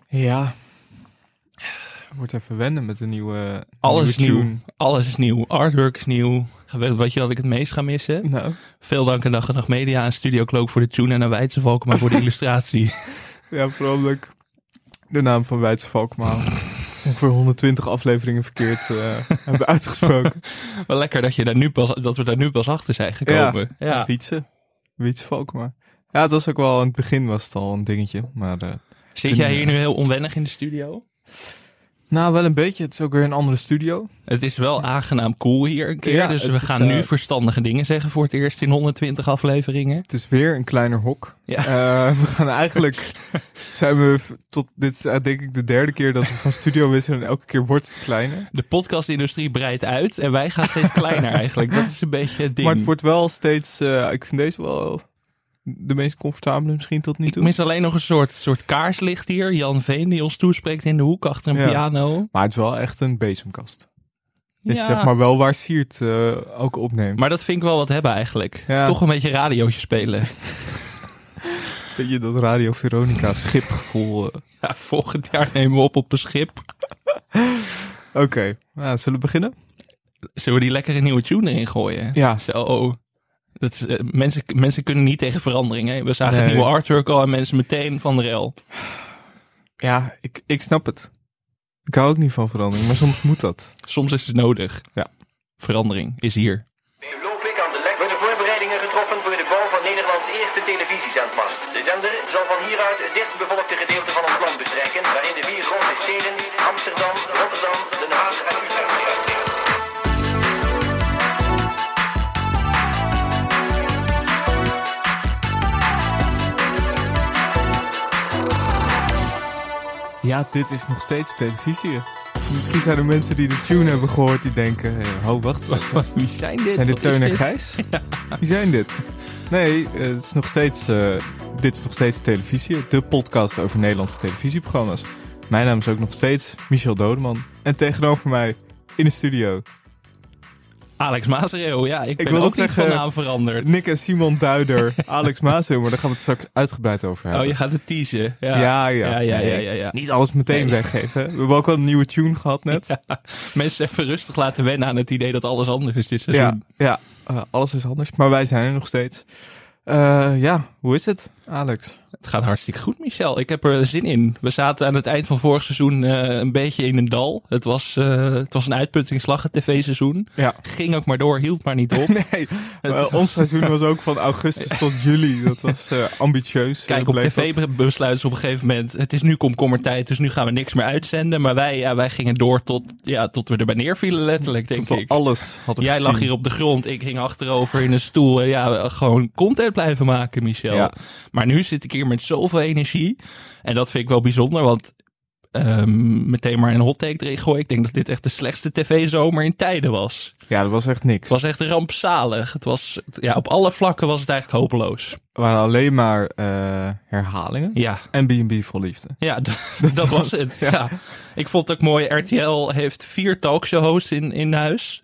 Ja. Wordt even wennen met een nieuwe Alles nieuwe nieuw. tune. Alles is nieuw. Artwork is nieuw. Weet je wat ik het meest ga missen? Nou, Veel dank aan Dag en Nacht Media en Studio Cloak voor de tune en aan Weidse Valkema voor de illustratie. ja, vooral omdat ik de naam van Weidse Valkema ongeveer 120 afleveringen verkeerd hebben uitgesproken. Wel lekker dat we daar nu pas achter zijn gekomen. Ja. Wietse Valkema. Ja, het was ook wel, in het begin was het al een dingetje. Maar, Zit jij hier nu heel onwennig in de studio? Nou, wel een beetje. Het is ook weer een andere studio. Het is wel aangenaam cool hier een keer. Ja, dus het we is, gaan nu verstandige dingen zeggen voor het eerst in 120 afleveringen. Het is weer een kleiner hok. Ja. We gaan eigenlijk... dit is denk ik de derde keer dat we van studio wisselen en elke keer wordt het kleiner. De podcastindustrie breidt uit en wij gaan steeds kleiner eigenlijk. Dat is een beetje het ding. Maar het wordt wel steeds... ik vind deze wel de meest comfortabele misschien tot nu Ik toe. mis alleen nog een soort kaarslicht hier. Jan Veen die ons toespreekt in de hoek achter een piano. Maar het is wel echt een bezemkast. Dit is Ja. zeg maar wel waar Siert ook opneemt. Maar dat vind ik wel wat hebben eigenlijk. Ja. Toch een beetje radiootje spelen. Weet je, dat Radio Veronica schipgevoel. Ja, volgend jaar nemen we op een schip. Oké, nou, zullen we beginnen? Zullen we die lekkere nieuwe tune erin gooien? Ja. Zo. Dat is, mensen kunnen niet tegen verandering. Hè? We zagen Nee. het nieuwe artwork al en mensen meteen van de rel. Ja, ik snap het. Ik hou ook niet van verandering, maar soms moet dat. Soms is het nodig. Ja. Verandering is hier. Loopik aan de lek worden voorbereidingen getroffen voor de bouw van Nederlands eerste televisiezendmast. De zender zal van hieruit het dichtbevolkte gedeelte van ons land bestrijken, waarin de 4 grote steden Amsterdam, Rotterdam, Den Haag en Utrecht liggen. Ja, dit is nog steeds televisie. Misschien zijn er mensen die de tune hebben gehoord die denken... wacht eens even. Wie zijn dit? Zijn dit Wat is Teun en dit? Gijs? Wie zijn dit? Nee, het is nog steeds, dit is nog steeds televisie. De podcast over Nederlandse televisieprogramma's. Mijn naam is ook nog steeds Michel Dodeman. En tegenover mij in de studio... Alex Maasreel, ja, ik ben wil ook dat niet zeggen, van naam veranderd. Nick en Simon Duider, Alex Maasreel, maar daar gaan we het straks uitgebreid over hebben. Oh, je gaat het teasen. Ja. Ja. Niet alles meteen Nee. weggeven. We hebben ook al een nieuwe tune gehad net. Ja. Mensen even rustig laten wennen aan het idee dat alles anders is dit seizoen. Ja, alles is anders. Maar wij zijn er nog steeds. Hoe is het, Alex? Het gaat hartstikke goed, Michel. Ik heb er zin in. We zaten aan het eind van vorig seizoen een beetje in een dal. Het was een uitputtingsslag, het tv-seizoen. Ja. Ging ook maar door, hield maar niet op. Nee, ons seizoen was ook van augustus tot juli. Dat was ambitieus. Kijk, op bleef tv dat. besluiten ze op een gegeven moment... het is nu komkommertijd, dus nu gaan we niks meer uitzenden. Maar wij gingen door tot we erbij neervielen, letterlijk, denk Tot we ik. alles hadden Jij gezien. lag hier op de grond, ik hing achterover in een stoel. Gewoon content blijven maken, Michel. Ja. Maar nu zit ik hier met zoveel energie. En dat vind ik wel bijzonder, want meteen maar een hot take erin gooien. Ik denk dat dit echt de slechtste tv-zomer in tijden was. Ja, dat was echt niks. Het was echt rampzalig. Het was, op alle vlakken was het eigenlijk hopeloos. Er waren alleen maar herhalingen. Ja. En B&B vol liefde. Ja, dat was het. Ja. Ik vond het ook mooi. RTL heeft 4 talkshow-hosts in huis.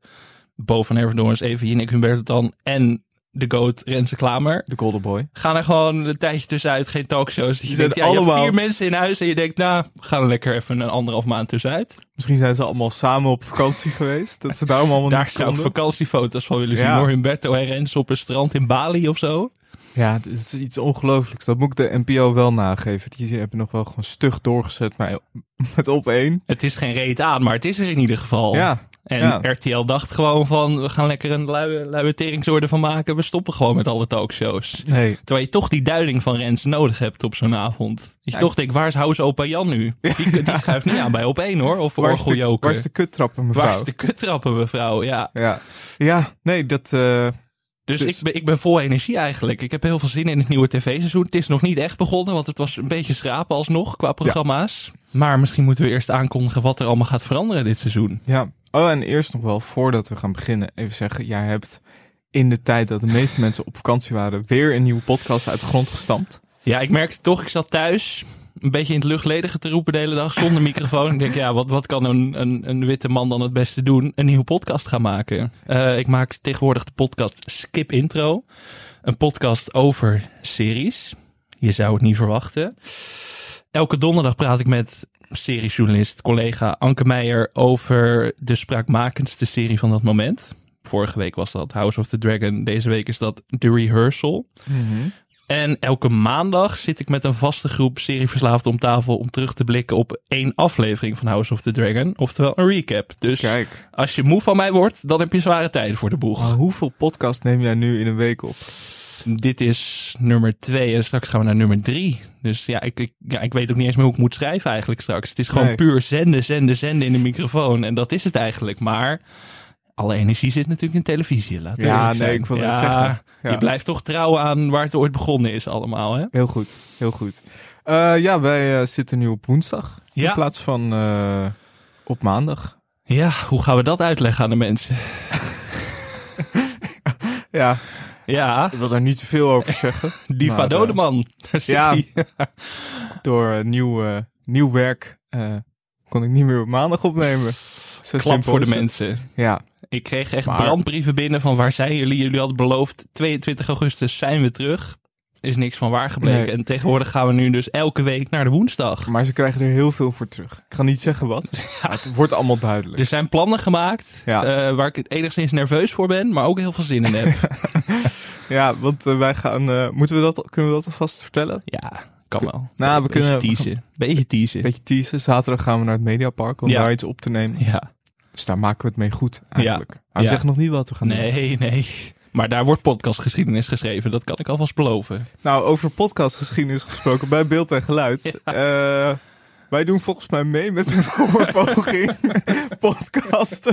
Bo van Everdoorns, Eva Jinek, Humberto Tan en de GOAT Renze Klamer. De Golden Boy. Gaan er gewoon een tijdje tussenuit, geen talkshows. Dus je zijn denkt, je hebt allemaal- 4 mensen in huis en je denkt, we gaan er lekker even een 1,5 maand tussenuit. Misschien zijn ze allemaal samen op vakantie geweest. Dat ze daarom allemaal Daar niet zou ik konden. vakantiefoto's van willen zien. Ja. Hoor, Humberto en Renze op een strand in Bali of zo. Ja, het is iets ongelooflijks. Dat moet ik de NPO wel nageven. Die hebben nog wel gewoon stug doorgezet met op 1. Het is geen reet aan, maar het is er in ieder geval. Ja. En Ja. RTL dacht gewoon van, we gaan lekker een luie teringsoorde van maken. We stoppen gewoon met alle talkshows. Nee. Terwijl je toch die duiding van Rens nodig hebt op zo'n avond. Dat je toch denkt, waar is House Opa Jan nu? Die schuift niet aan bij op 1 hoor. Of Waar is Orgeljoker. de kuttrappen, mevrouw? Waar is de kuttrappen, mevrouw? Ja. Ja, nee, dat... Dus Dus- ik ben vol energie eigenlijk. Ik heb heel veel zin in het nieuwe tv-seizoen. Het is nog niet echt begonnen, want het was een beetje schrapen alsnog qua programma's. Maar misschien moeten we eerst aankondigen wat er allemaal gaat veranderen dit seizoen. Ja. Oh, en eerst nog wel, voordat we gaan beginnen, even zeggen. Jij hebt in de tijd dat de meeste mensen op vakantie waren, weer een nieuwe podcast uit de grond gestampt. Ja, ik merkte toch, ik zat thuis een beetje in het luchtledige te roepen de hele dag zonder microfoon. Ik denk, wat kan een witte man dan het beste doen? Een nieuwe podcast gaan maken. Ik maak tegenwoordig de podcast Skip Intro. Een podcast over series. Je zou het niet verwachten. Elke donderdag praat ik met seriejournalist, collega Anke Meijer over de spraakmakendste serie van dat moment. Vorige week was dat House of the Dragon. Deze week is dat The Rehearsal. Mhm. En elke maandag zit ik met een vaste groep serieverslaafden om tafel om terug te blikken op 1 aflevering van House of the Dragon. Oftewel een recap. Dus Kijk. als je moe van mij wordt, dan heb je zware tijden voor de boeg. Maar hoeveel podcast neem jij nu in een week op? Dit is nummer 2 en straks gaan we naar nummer 3. Dus ja, ik weet ook niet eens meer hoe ik moet schrijven eigenlijk straks. Het is gewoon puur zenden in de microfoon. En dat is het eigenlijk. Maar alle energie zit natuurlijk in televisie. Laten we eerlijk zijn. Ik wil het zeggen. Ja. Je blijft toch trouwen aan waar het ooit begonnen is allemaal, hè? Heel goed, heel goed. Wij zitten nu op woensdag in plaats van op maandag. Ja, hoe gaan we dat uitleggen aan de mensen? Ja. Ik wil daar niet te veel over zeggen. Diva Dodeman. Daar zit hij. Door nieuw werk kon ik niet meer op maandag opnemen. Zo klap voor de mensen. Ja. Ik kreeg echt brandbrieven binnen van waar zijn jullie? Jullie hadden beloofd 22 augustus zijn we terug. Is niks van waar gebleken. Nee. En tegenwoordig gaan we nu dus elke week naar de woensdag. Maar ze krijgen er heel veel voor terug. Ik ga niet zeggen wat. Maar het wordt allemaal duidelijk. Er zijn plannen gemaakt waar ik enigszins nerveus voor ben, maar ook heel veel zin in heb. Ja, want wij gaan... kunnen we dat alvast vertellen? Ja, kan wel. Nou, we kunnen... Beetje teasen. Beetje teasen. Zaterdag gaan we naar het Mediapark om daar iets op te nemen. Ja. Dus daar maken we het mee goed eigenlijk. Ja. Maar we zeggen nog niet wat we gaan doen. Nee. Maar daar wordt podcastgeschiedenis geschreven. Dat kan ik alvast beloven. Nou, over podcastgeschiedenis gesproken bij Beeld en Geluid. Ja. Wij doen volgens mij mee met een voorpoging podcasten.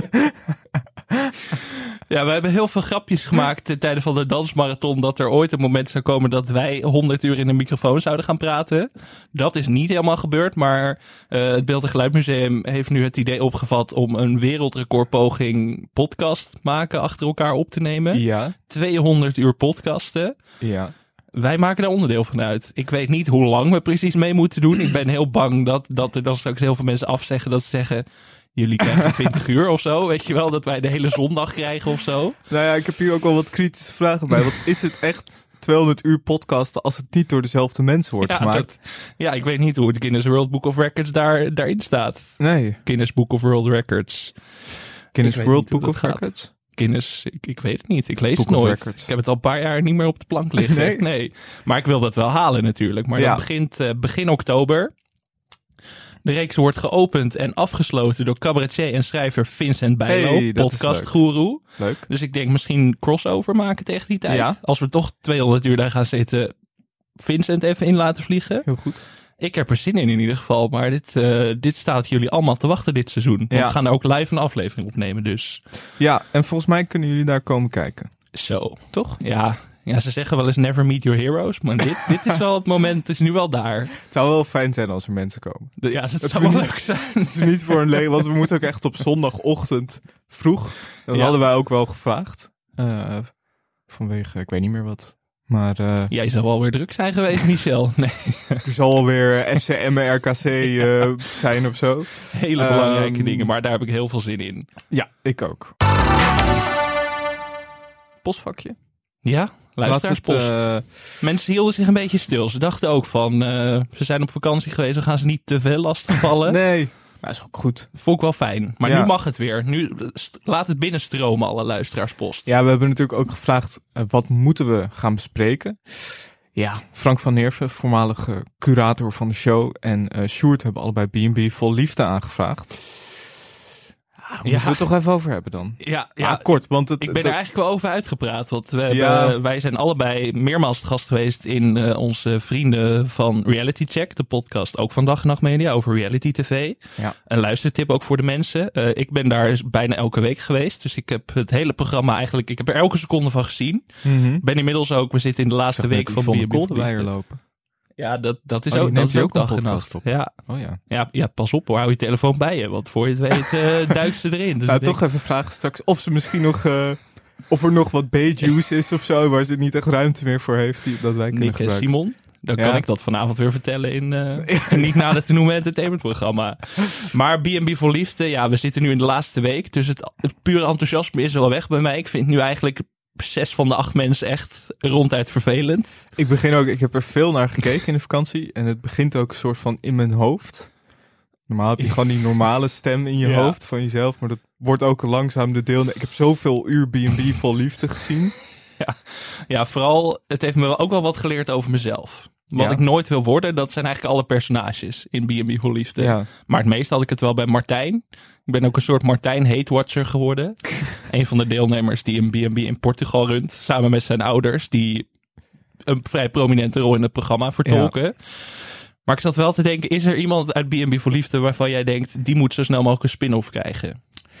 Ja, we hebben heel veel grapjes gemaakt ten tijde van de dansmarathon. Dat er ooit een moment zou komen dat wij 100 uur in een microfoon zouden gaan praten. Dat is niet helemaal gebeurd. Maar het Beeld en Geluidmuseum heeft nu het idee opgevat om een wereldrecordpoging podcast maken achter elkaar op te nemen. Ja. 200 uur podcasten. Ja. Wij maken daar onderdeel van uit. Ik weet niet hoe lang we precies mee moeten doen. Ik ben heel bang dat er dan straks heel veel mensen afzeggen dat ze zeggen... Jullie krijgen 20 uur of zo, weet je wel? Dat wij de hele zondag krijgen of zo. Nou ja, ik heb hier ook wel wat kritische vragen bij. Want is het echt 200 uur podcasten als het niet door dezelfde mensen wordt gemaakt? Ik weet niet hoe het Guinness World Book of Records daarin staat. Nee. Guinness Book of World Records. Guinness World Book of Records? Guinness, ik weet het niet. Ik lees het nooit. Ik heb het al een paar jaar niet meer op de plank liggen. Nee. Maar ik wil dat wel halen natuurlijk. Maar dat begint begin oktober. De reeks wordt geopend en afgesloten door cabaretier en schrijver Vincent Bijlo, podcastgoeroe. Leuk. Dus ik denk misschien crossover maken tegen die tijd. Ja. Als we toch 200 uur daar gaan zitten, Vincent even in laten vliegen. Heel goed. Ik heb er zin in ieder geval, maar dit staat jullie allemaal te wachten dit seizoen. Want we gaan er ook live een aflevering opnemen dus. Ja, en volgens mij kunnen jullie daar komen kijken. Zo. Toch? Ja, ze zeggen wel eens never meet your heroes. Maar dit is wel het moment, het is nu wel daar. Het zou wel fijn zijn als er mensen komen. Het zou wel leuk zijn. Het is niet voor een leeg, want we moeten ook echt op zondagochtend vroeg. Dat hadden wij ook wel gevraagd. Vanwege, ik weet niet meer wat. Maar, jij zou wel weer druk zijn geweest, Michel. Nee. Er zal wel weer FCM en RKC zijn of zo. Hele belangrijke dingen, maar daar heb ik heel veel zin in. Ja, ik ook. Postvakje. Ja, luisteraarspost. Mensen hielden zich een beetje stil. Ze dachten ook van, ze zijn op vakantie geweest, dan gaan ze niet te veel lastigvallen. Nee, maar is ook goed. Dat vond ik wel fijn. Maar nu mag het weer. Nu laat het binnenstromen, alle luisteraarspost. Ja, we hebben natuurlijk ook gevraagd, wat moeten we gaan bespreken? Ja, Frank van Neerven, voormalige curator van de show, en Sjoerd hebben allebei B&B Vol Liefde aangevraagd. Moeten we het toch even over hebben dan? Ja. Kort, want ik ben er eigenlijk wel over uitgepraat. Want wij zijn allebei meermaals te gast geweest in onze vrienden van Reality Check. De podcast ook van Dag en Nacht Media over reality tv. Ja. Een luistertip ook voor de mensen. Ik ben daar bijna elke week geweest. Dus ik heb het hele programma eigenlijk... Ik heb er elke seconde van gezien. Mm-hmm. Ben inmiddels ook... We zitten in de laatste week van B&B lopen. Ja, dat is ook dag en nacht. Ja. Oh ja. Ja, pas op hoor, hou je telefoon bij je. Want voor je het weet duikt ze erin. Dus toch even vragen straks of ze misschien nog... of er nog wat B-juice is of zo, waar ze niet echt ruimte meer voor heeft. Dat wij kunnen gebruiken. Simon, dan kan ik dat vanavond weer vertellen in niet nader te noemen entertainmentprogramma. Maar B&B Vol Liefde, we zitten nu in de laatste week. Dus het pure enthousiasme is wel weg bij mij. Ik vind nu eigenlijk 6 van de 8 mensen echt ronduit vervelend. Ik heb er veel naar gekeken in de vakantie. En het begint ook een soort van in mijn hoofd. Normaal heb je gewoon die normale stem in je hoofd van jezelf. Maar dat wordt ook langzaam de deel. Ik heb zoveel uur B&B vol liefde gezien. Ja, vooral, het heeft me ook wel wat geleerd over mezelf. Wat ik nooit wil worden, dat zijn eigenlijk alle personages in B&B Vol Liefde. Ja. Maar het meest had ik het wel bij Martijn. Ik ben ook een soort Martijn hate-watcher geworden. Een van de deelnemers die een B&B in Portugal runt. Samen met zijn ouders, die een vrij prominente rol in het programma vertolken. Ja. Maar ik zat wel te denken, is er iemand uit B&B Vol Liefde waarvan jij denkt, die moet zo snel mogelijk een spin-off krijgen?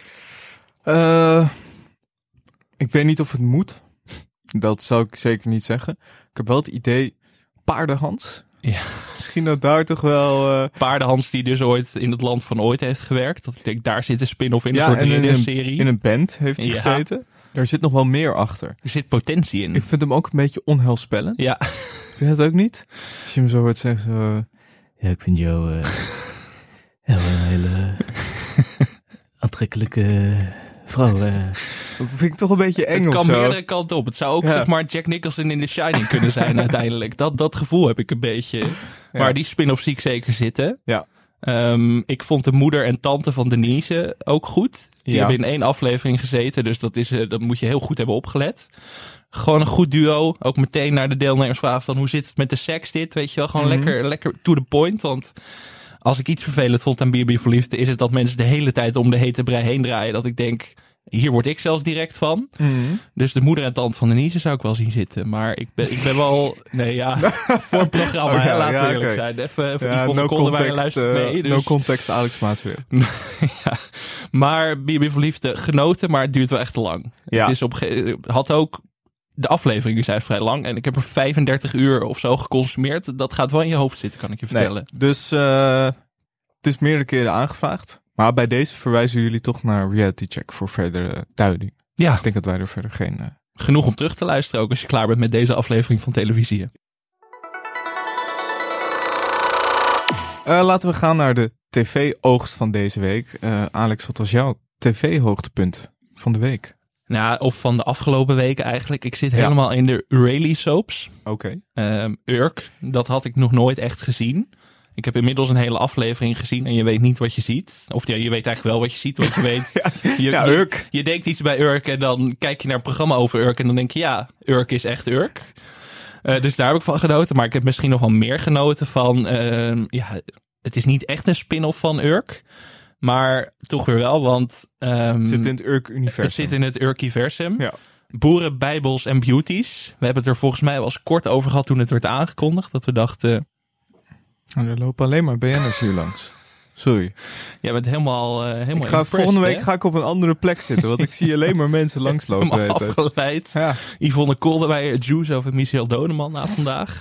Ik weet niet of het moet. Dat zou ik zeker niet zeggen. Ik heb wel het idee, Paardenhans. Ja. Misschien dat daar toch wel... Paardenhans die dus ooit in het land van ooit heeft gewerkt. Dat ik denk, daar zit een spin-off in, een soort serie. In een band heeft hij gezeten. Er zit nog wel meer achter. Er zit potentie in. Ik vind hem ook een beetje onheilspellend. Ja. Vind je dat ook niet? Als je hem zo hoort zeggen, zo... Ja, ik vind jou een hele aantrekkelijke vrouw. Dat vind ik toch een beetje eng of zo. Het kan meerdere kanten op. Het zou ook zeg maar Jack Nicholson in The Shining kunnen zijn uiteindelijk. Dat gevoel heb ik een beetje. Ja. Maar die spin-off zie ik zeker zitten. Ja. Ik vond de moeder en tante van Denise ook goed. Die hebben in 1 aflevering gezeten. Dus dat moet je heel goed hebben opgelet. Gewoon een goed duo. Ook meteen naar de deelnemers vragen van hoe zit het met de seks dit? Weet je wel, gewoon lekker to the point. Want als ik iets vervelend vond aan B&B Vol Liefde, is het dat mensen de hele tijd om de hete brei heen draaien. Dat ik denk, hier word ik zelfs direct van. Dus de moeder en tante van Denise zou ik wel zien zitten. Maar ik ben wel... Nee, ja, voor het programma, laten we eerlijk zijn. Even Yvonne Kolderweijer luistert mee. Dus... No context, Alex Maas weer. Ja, maar B&B Vol Liefde genoten, maar het duurt wel echt te lang. Ja. Het is had ook... De afleveringen zijn vrij lang en ik heb er 35 uur of zo geconsumeerd. Dat gaat wel in je hoofd zitten, kan ik je vertellen. Nee, dus het is meerdere keren aangevraagd. Maar bij deze verwijzen jullie toch naar Reality Check voor verdere duiding. Ja. Ik denk dat wij er verder geen... Genoeg om terug te luisteren ook als je klaar bent met deze aflevering van televisie. Laten we gaan naar de tv-oogst van deze week. Alex, wat was jouw tv-hoogtepunt van de week? Nou, of van de afgelopen weken eigenlijk. Ik zit helemaal in de Rayleigh soaps. Oké. Urk, dat had ik nog nooit echt gezien. Ik heb inmiddels een hele aflevering gezien en je weet niet wat je ziet. Of ja, je weet eigenlijk wel wat je ziet, want je weet... Urk. Je denkt iets bij Urk en dan kijk je naar een programma over Urk en dan denk je, ja, Urk is echt Urk. Dus daar heb ik van genoten. Maar ik heb misschien nog wel meer genoten van... het is niet echt een spin-off van Urk. Maar toch weer wel, want... het zit in het Urk-universum. Het zit in het Urk-universum. Ja. Boeren, bijbels en beauties. We hebben het er volgens mij wel eens kort over gehad toen het werd aangekondigd. Dat we dachten... Er lopen alleen maar BN'ers hier langs. Sorry. Jij bent helemaal volgende week ga ik op een andere plek zitten. Want ik zie alleen maar mensen langslopen. Helemaal afgeleid. Ja. Yvonne Kolderweijer, Juice over Michel Doneman na vandaag.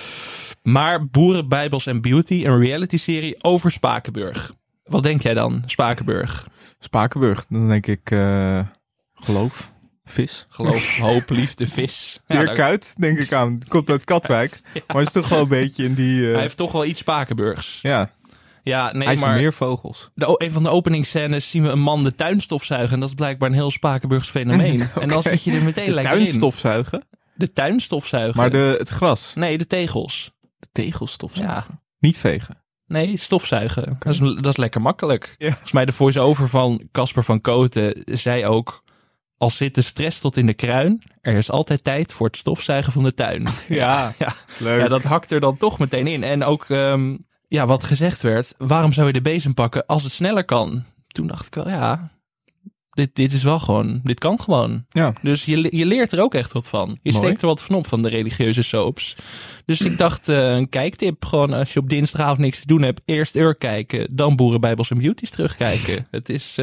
Maar Boeren, bijbels en beauty. Een reality-serie over Spakenburg. Wat denk jij dan, Spakenburg? Spakenburg, dan denk ik geloof, vis. Geloof, hoop, liefde, vis. Dirk Kuyt, denk ik aan. Komt uit Katwijk. Ja. Maar is toch wel een beetje in die... Hij heeft toch wel iets Spakenburgs. Ja. Ja, nee, hij is maar meer vogels. Een van de openingsscènes zien we een man de tuin stofzuigen. En dat is blijkbaar een heel Spakenburgs fenomeen. Okay. En dan zit je er meteen lekker in. De tuin stofzuigen? De tuin stofzuigen. Maar het gras? Nee, de tegels. De tegels stofzuigen? Ja. Niet vegen? Nee, stofzuigen. Okay. Dat is lekker makkelijk. Ja. Volgens mij de voice-over van Casper van Koten zei ook... Als zit de stress tot in de kruin, er is altijd tijd voor het stofzuigen van de tuin. Ja, leuk. Ja, dat hakt er dan toch meteen in. En ook wat gezegd werd, waarom zou je de bezem pakken als het sneller kan? Toen dacht ik wel, ja, dit is wel gewoon, dit kan gewoon. Ja. Dus je leert er ook echt wat van. Je steekt er wat van op van de religieuze soaps. Dus ik dacht, een kijktip, gewoon als je op dinsdagavond niks te doen hebt, eerst Urk kijken, dan Boeren, bijbels en beauties terugkijken. Het is...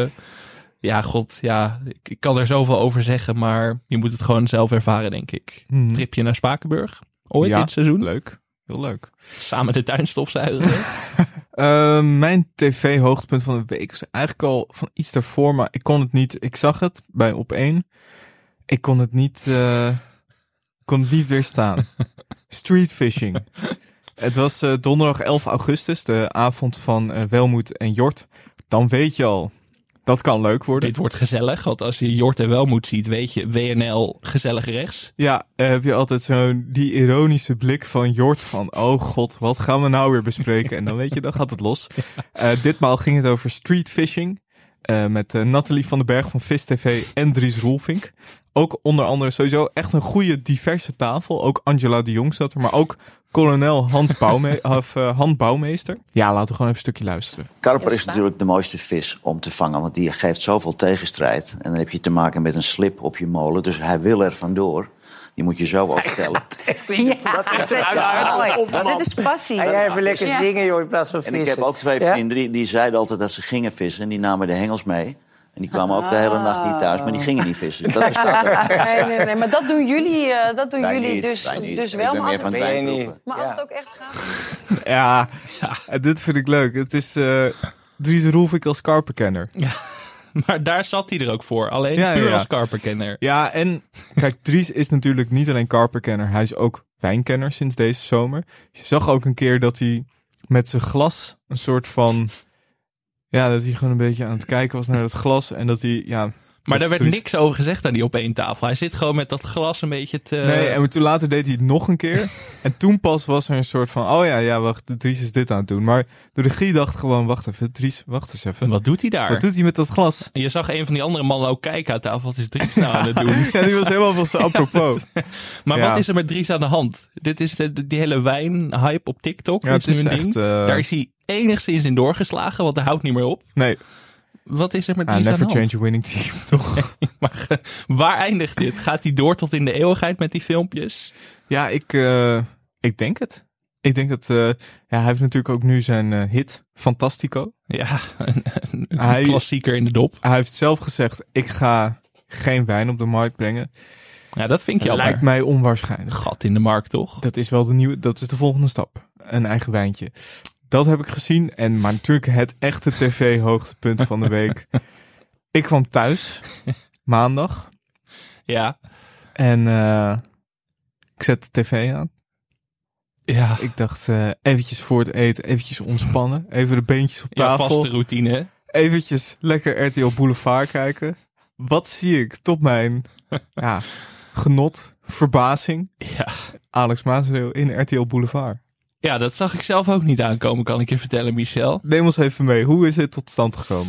Ja, god, ja, ik kan er zoveel over zeggen, maar je moet het gewoon zelf ervaren, denk ik. Tripje naar Spakenburg, ooit dit seizoen. Leuk, heel leuk. Samen de tuinstofzuiger. Mijn tv-hoogtepunt van de week is eigenlijk al van iets daarvoor, maar ik kon het niet, ik zag het bij Op1. Ik kon het niet weerstaan. Street fishing. Het was donderdag 11 augustus, de avond van Welmoed en Jort. Dan weet je al... Dat kan leuk worden. Dit wordt gezellig, want als je Jort en Welmoed ziet, weet je, WNL gezellig rechts. Ja, heb je altijd die ironische blik van Jort van, oh god, wat gaan we nou weer bespreken? En dan weet je, dan gaat het los. Ditmaal ging het over street fishing. Met Nathalie van den Berg van Vis TV en Dries Roelvink. Ook onder andere sowieso echt een goede diverse tafel. Ook Angela de Jong zat er, maar ook kolonel Hans Bouwmeester. Ja, laten we gewoon even een stukje luisteren. Karper is natuurlijk de mooiste vis om te vangen, want die geeft zoveel tegenstrijd. En dan heb je te maken met een slip op je molen, dus hij wil er vandoor. Die moet je zo optellen. Dit is passie. Ga jij even lekker zingen, joh, in plaats van vissen. En ik heb ook 2 vrienden, die zeiden altijd dat ze gingen vissen. En die namen de hengels mee. En die kwamen ook de hele nacht niet thuis, maar die gingen niet vissen. Dat bestaat ook. Nee, maar dat doen jullie, niet. dus Ik wel. ben meer van het wijnproeven. Maar als het ook echt gaat... Ja, dit vind ik leuk. Het is Dries Roelvink als karperkenner. Ja, maar daar zat hij er ook voor. Alleen puur als karperkenner. Ja, en kijk, Dries is natuurlijk niet alleen karperkenner. Hij is ook wijnkenner sinds deze zomer. Je zag ook een keer dat hij met zijn glas een soort van... Ja, dat hij gewoon een beetje aan het kijken was naar het glas. En dat hij, ja... Maar daar werd niks over gezegd aan die op-één-tafel. Hij zit gewoon met dat glas een beetje te... Nee, en toen later deed hij het nog een keer. En toen pas was er een soort van... Oh ja, wacht, Dries is dit aan het doen. Maar de regie dacht gewoon, wacht even, Dries, wacht eens even. En wat doet hij daar? Wat doet hij met dat glas? En je zag een van die andere mannen ook kijken aan tafel. Wat is Dries nou aan het doen? Ja, die was helemaal van zijn apropos. Maar wat is er met Dries aan de hand? Dit is die hele wijnhype op TikTok. Ja, het is nu een echt... ding. Daar is hij enigszins in doorgeslagen, want hij houdt niet meer op. Nee. Wat is er met Dries aan de hand? Never change a winning team, toch? Maar waar eindigt dit? Gaat hij door tot in de eeuwigheid met die filmpjes? Ja, ik denk het. Ik denk dat... hij heeft natuurlijk ook nu zijn hit, Fantastico. Ja, een klassieker in de dop. Hij heeft zelf gezegd, ik ga geen wijn op de markt brengen. Ja, dat vind ik jammer. Lijkt mij onwaarschijnlijk. Gat in de markt, toch? Dat is wel dat is de volgende stap. Een eigen wijntje. Dat heb ik gezien. Maar natuurlijk het echte tv-hoogtepunt van de week. Ik kwam thuis, maandag. Ja. En ik zet de tv aan. Ja. Ik dacht, eventjes voor het eten, eventjes ontspannen. Even de beentjes op tafel. Ja, vaste routine. Eventjes lekker RTL Boulevard kijken. Wat zie ik tot mijn genot, verbazing? Ja. Alex Maasreel in RTL Boulevard. Ja, dat zag ik zelf ook niet aankomen, kan ik je vertellen, Michel. Neem ons even mee. Hoe is dit tot stand gekomen?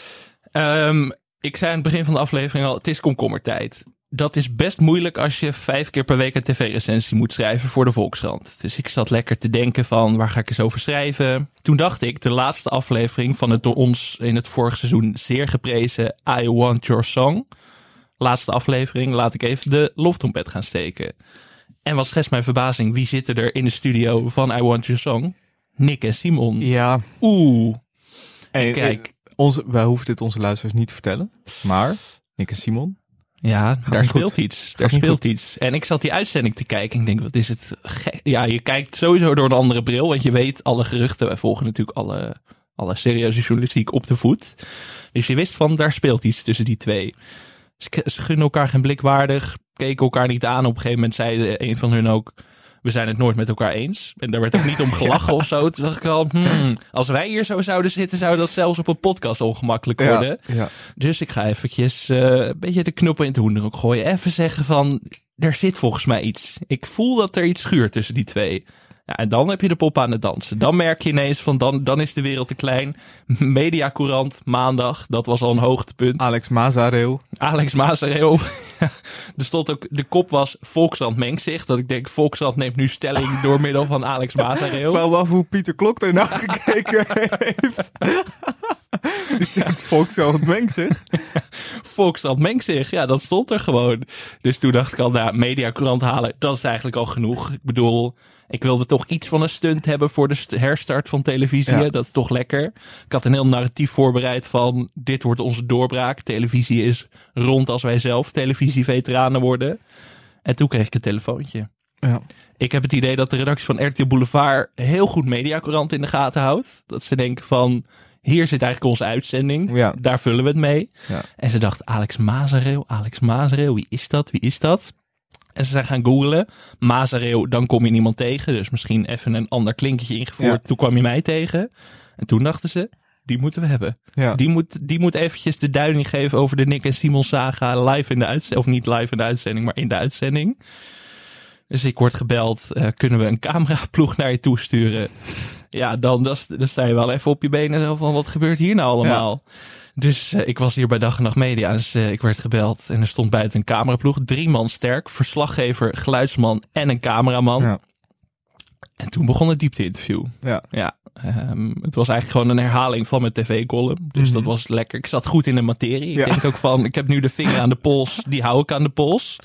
Ik zei aan het begin van de aflevering al, het is komkommertijd. Dat is best moeilijk als je 5 keer per week een tv-recensie moet schrijven voor de Volkskrant. Dus ik zat lekker te denken van, waar ga ik eens over schrijven? Toen dacht ik, de laatste aflevering van het door ons in het vorige seizoen zeer geprezen I Want Your Song. Laatste aflevering, laat ik even de loftrompet gaan steken. En wat schetst mijn verbazing, wie zitten er in de studio van I Want Your Song? Nick en Simon. Ja. Oeh. En kijk. Wij hoeven dit onze luisteraars niet te vertellen. Maar Nick en Simon. Ja, daar speelt goed. iets. Daar speelt iets. En ik zat die uitzending te kijken en ik denk, wat is het ja, je kijkt sowieso door een andere bril, want je weet alle geruchten. Wij volgen natuurlijk alle serieuze journalistiek op de voet. Dus je wist van, daar speelt iets tussen die twee. Ze gunnen elkaar geen blik waardig, keken elkaar niet aan. Op een gegeven moment zei een van hun ook, we zijn het nooit met elkaar eens. En daar werd ook niet om gelachen of zo. Toen dacht ik al, als wij hier zo zouden zitten, zou dat zelfs op een podcast ongemakkelijk worden. Ja. Dus ik ga eventjes een beetje de knoppen in het hoenderhok gooien. Even zeggen van, er zit volgens mij iets. Ik voel dat er iets schuurt tussen die twee. Ja, en dan heb je de pop aan het dansen. Dan merk je ineens van, dan is de wereld te klein. Mediacourant, maandag, dat was al een hoogtepunt. Alex Maasreel. Er stond ook, de kop was Volkskrant mengt zich. Dat ik denk, Volkskrant neemt nu stelling door middel van Alex Maasreel. Ik vraag me af hoe Pieter Klok ernaar gekeken heeft. Die denkt, Volkskrant mengt zich. Volkskrant mengt zich, ja, dat stond er gewoon. Dus toen dacht ik al, Mediacourant halen, dat is eigenlijk al genoeg. Ik bedoel, ik wilde toch iets van een stunt hebben voor de herstart van televisie. Ja. Dat is toch lekker. Ik had een heel narratief voorbereid van, dit wordt onze doorbraak. Televisie is rond als wij zelf televisieveteranen worden. En toen kreeg ik een telefoontje. Ja. Ik heb het idee dat de redactie van RTL Boulevard heel goed Mediacourant in de gaten houdt. Dat ze denken van, hier zit eigenlijk onze uitzending. Ja. Daar vullen we het mee. Ja. En ze dacht, Alex Maasreel, wie is dat? En ze zijn gaan googlen. Maasreel, dan kom je niemand tegen. Dus misschien even een ander klinketje ingevoerd. Ja. Toen kwam je mij tegen. En toen dachten ze, Die moeten we hebben. Ja. Die moet eventjes de duiding geven over de Nick en Simon saga live in de uitzending. Of niet live in de uitzending, maar in de uitzending. Dus ik word gebeld. Kunnen we een cameraploeg naar je toesturen? Ja, dan sta je wel even op je benen. Zo van, wat gebeurt hier nou allemaal? Ja. Dus ik was hier bij Dag en Nacht Media. Dus ik werd gebeld. En er stond buiten een cameraploeg. 3 man sterk. Verslaggever, geluidsman en een cameraman. Ja. En toen begon het diepte-interview. Ja. Het was eigenlijk gewoon een herhaling van mijn tv-column. Dus dat was lekker. Ik zat goed in de materie. Ik denk ook van, ik heb nu de vinger aan de pols. Die hou ik aan de pols.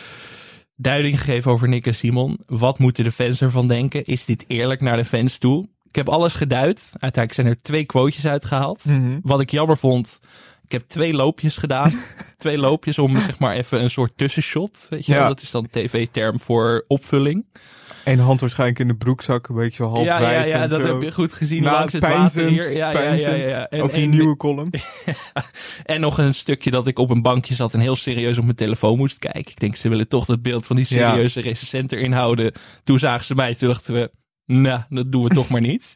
Duiding gegeven over Nick en Simon. Wat moeten de fans ervan denken? Is dit eerlijk naar de fans toe? Ik heb alles geduid. Uiteindelijk zijn er 2 quotejes uitgehaald. Wat ik jammer vond... Ik heb 2 loopjes gedaan. 2 loopjes om zeg maar even een soort tussenshot. Weet je wel? Dat is dan tv-term voor opvulling. Eén hand waarschijnlijk in de broekzak, een beetje half wijs. Ja, dat heb je goed gezien. Langs het water hier. Ja. Over je nieuwe column. En nog een stukje dat ik op een bankje zat en heel serieus op mijn telefoon moest kijken. Ik denk, ze willen toch dat beeld van die serieuze recensent erin houden. Toen zagen ze mij, toen dachten we, nou, dat doen we toch maar niet.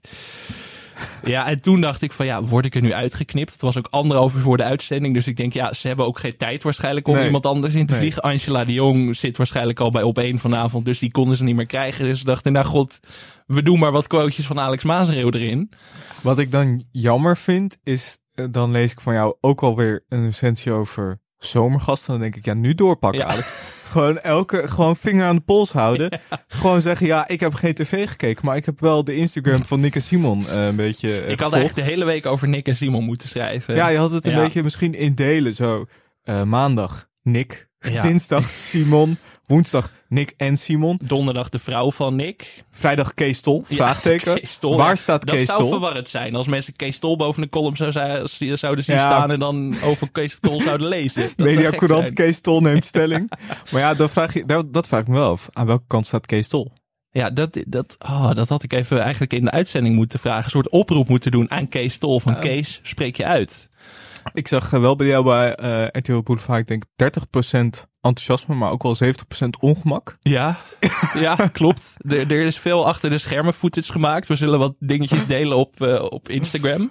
Ja, en toen dacht ik van word ik er nu uitgeknipt? Het was ook 1,5 uur voor de uitzending. Dus ik denk, ze hebben ook geen tijd waarschijnlijk om iemand anders in te vliegen. Angela de Jong zit waarschijnlijk al bij Op1 vanavond. Dus die konden ze niet meer krijgen. Dus ik dacht, nou god, we doen maar wat quotejes van Alex Maasreeuw erin. Wat ik dan jammer vind, is dan lees ik van jou ook alweer een recensie over zomergasten. Dan denk ik, nu doorpakken Alex. Gewoon vinger aan de pols houden. Ja. Gewoon zeggen, ik heb geen tv gekeken, maar ik heb wel de Instagram van Nick en Simon een beetje Ik had gevolgd. eigenlijk de hele week over Nick en Simon moeten schrijven. Ja, je had het een beetje misschien in delen. Zo, maandag Nick, dinsdag Simon, woensdag Nick en Simon. Donderdag de vrouw van Nick. Vrijdag Kees Tol, vraagteken. Kees Tol, waar staat Kees Tol? Dat zou verwarrend zijn als mensen Kees Tol boven de column zouden zien staan en dan over Kees Tol zouden lezen. Media Courant, Kees Tol neemt stelling. Maar dat vraag ik me wel af. Aan welke kant staat Kees Tol? Ja, dat had ik even eigenlijk in de uitzending moeten vragen. Een soort oproep moeten doen aan Kees Tol. Van Kees, spreek je uit. Ik zag wel bij jou bij RTL Boulevard, ik denk 30% enthousiasme, maar ook wel 70% ongemak. Ja, klopt. Er is veel achter de schermen footage gemaakt. We zullen wat dingetjes delen op Instagram.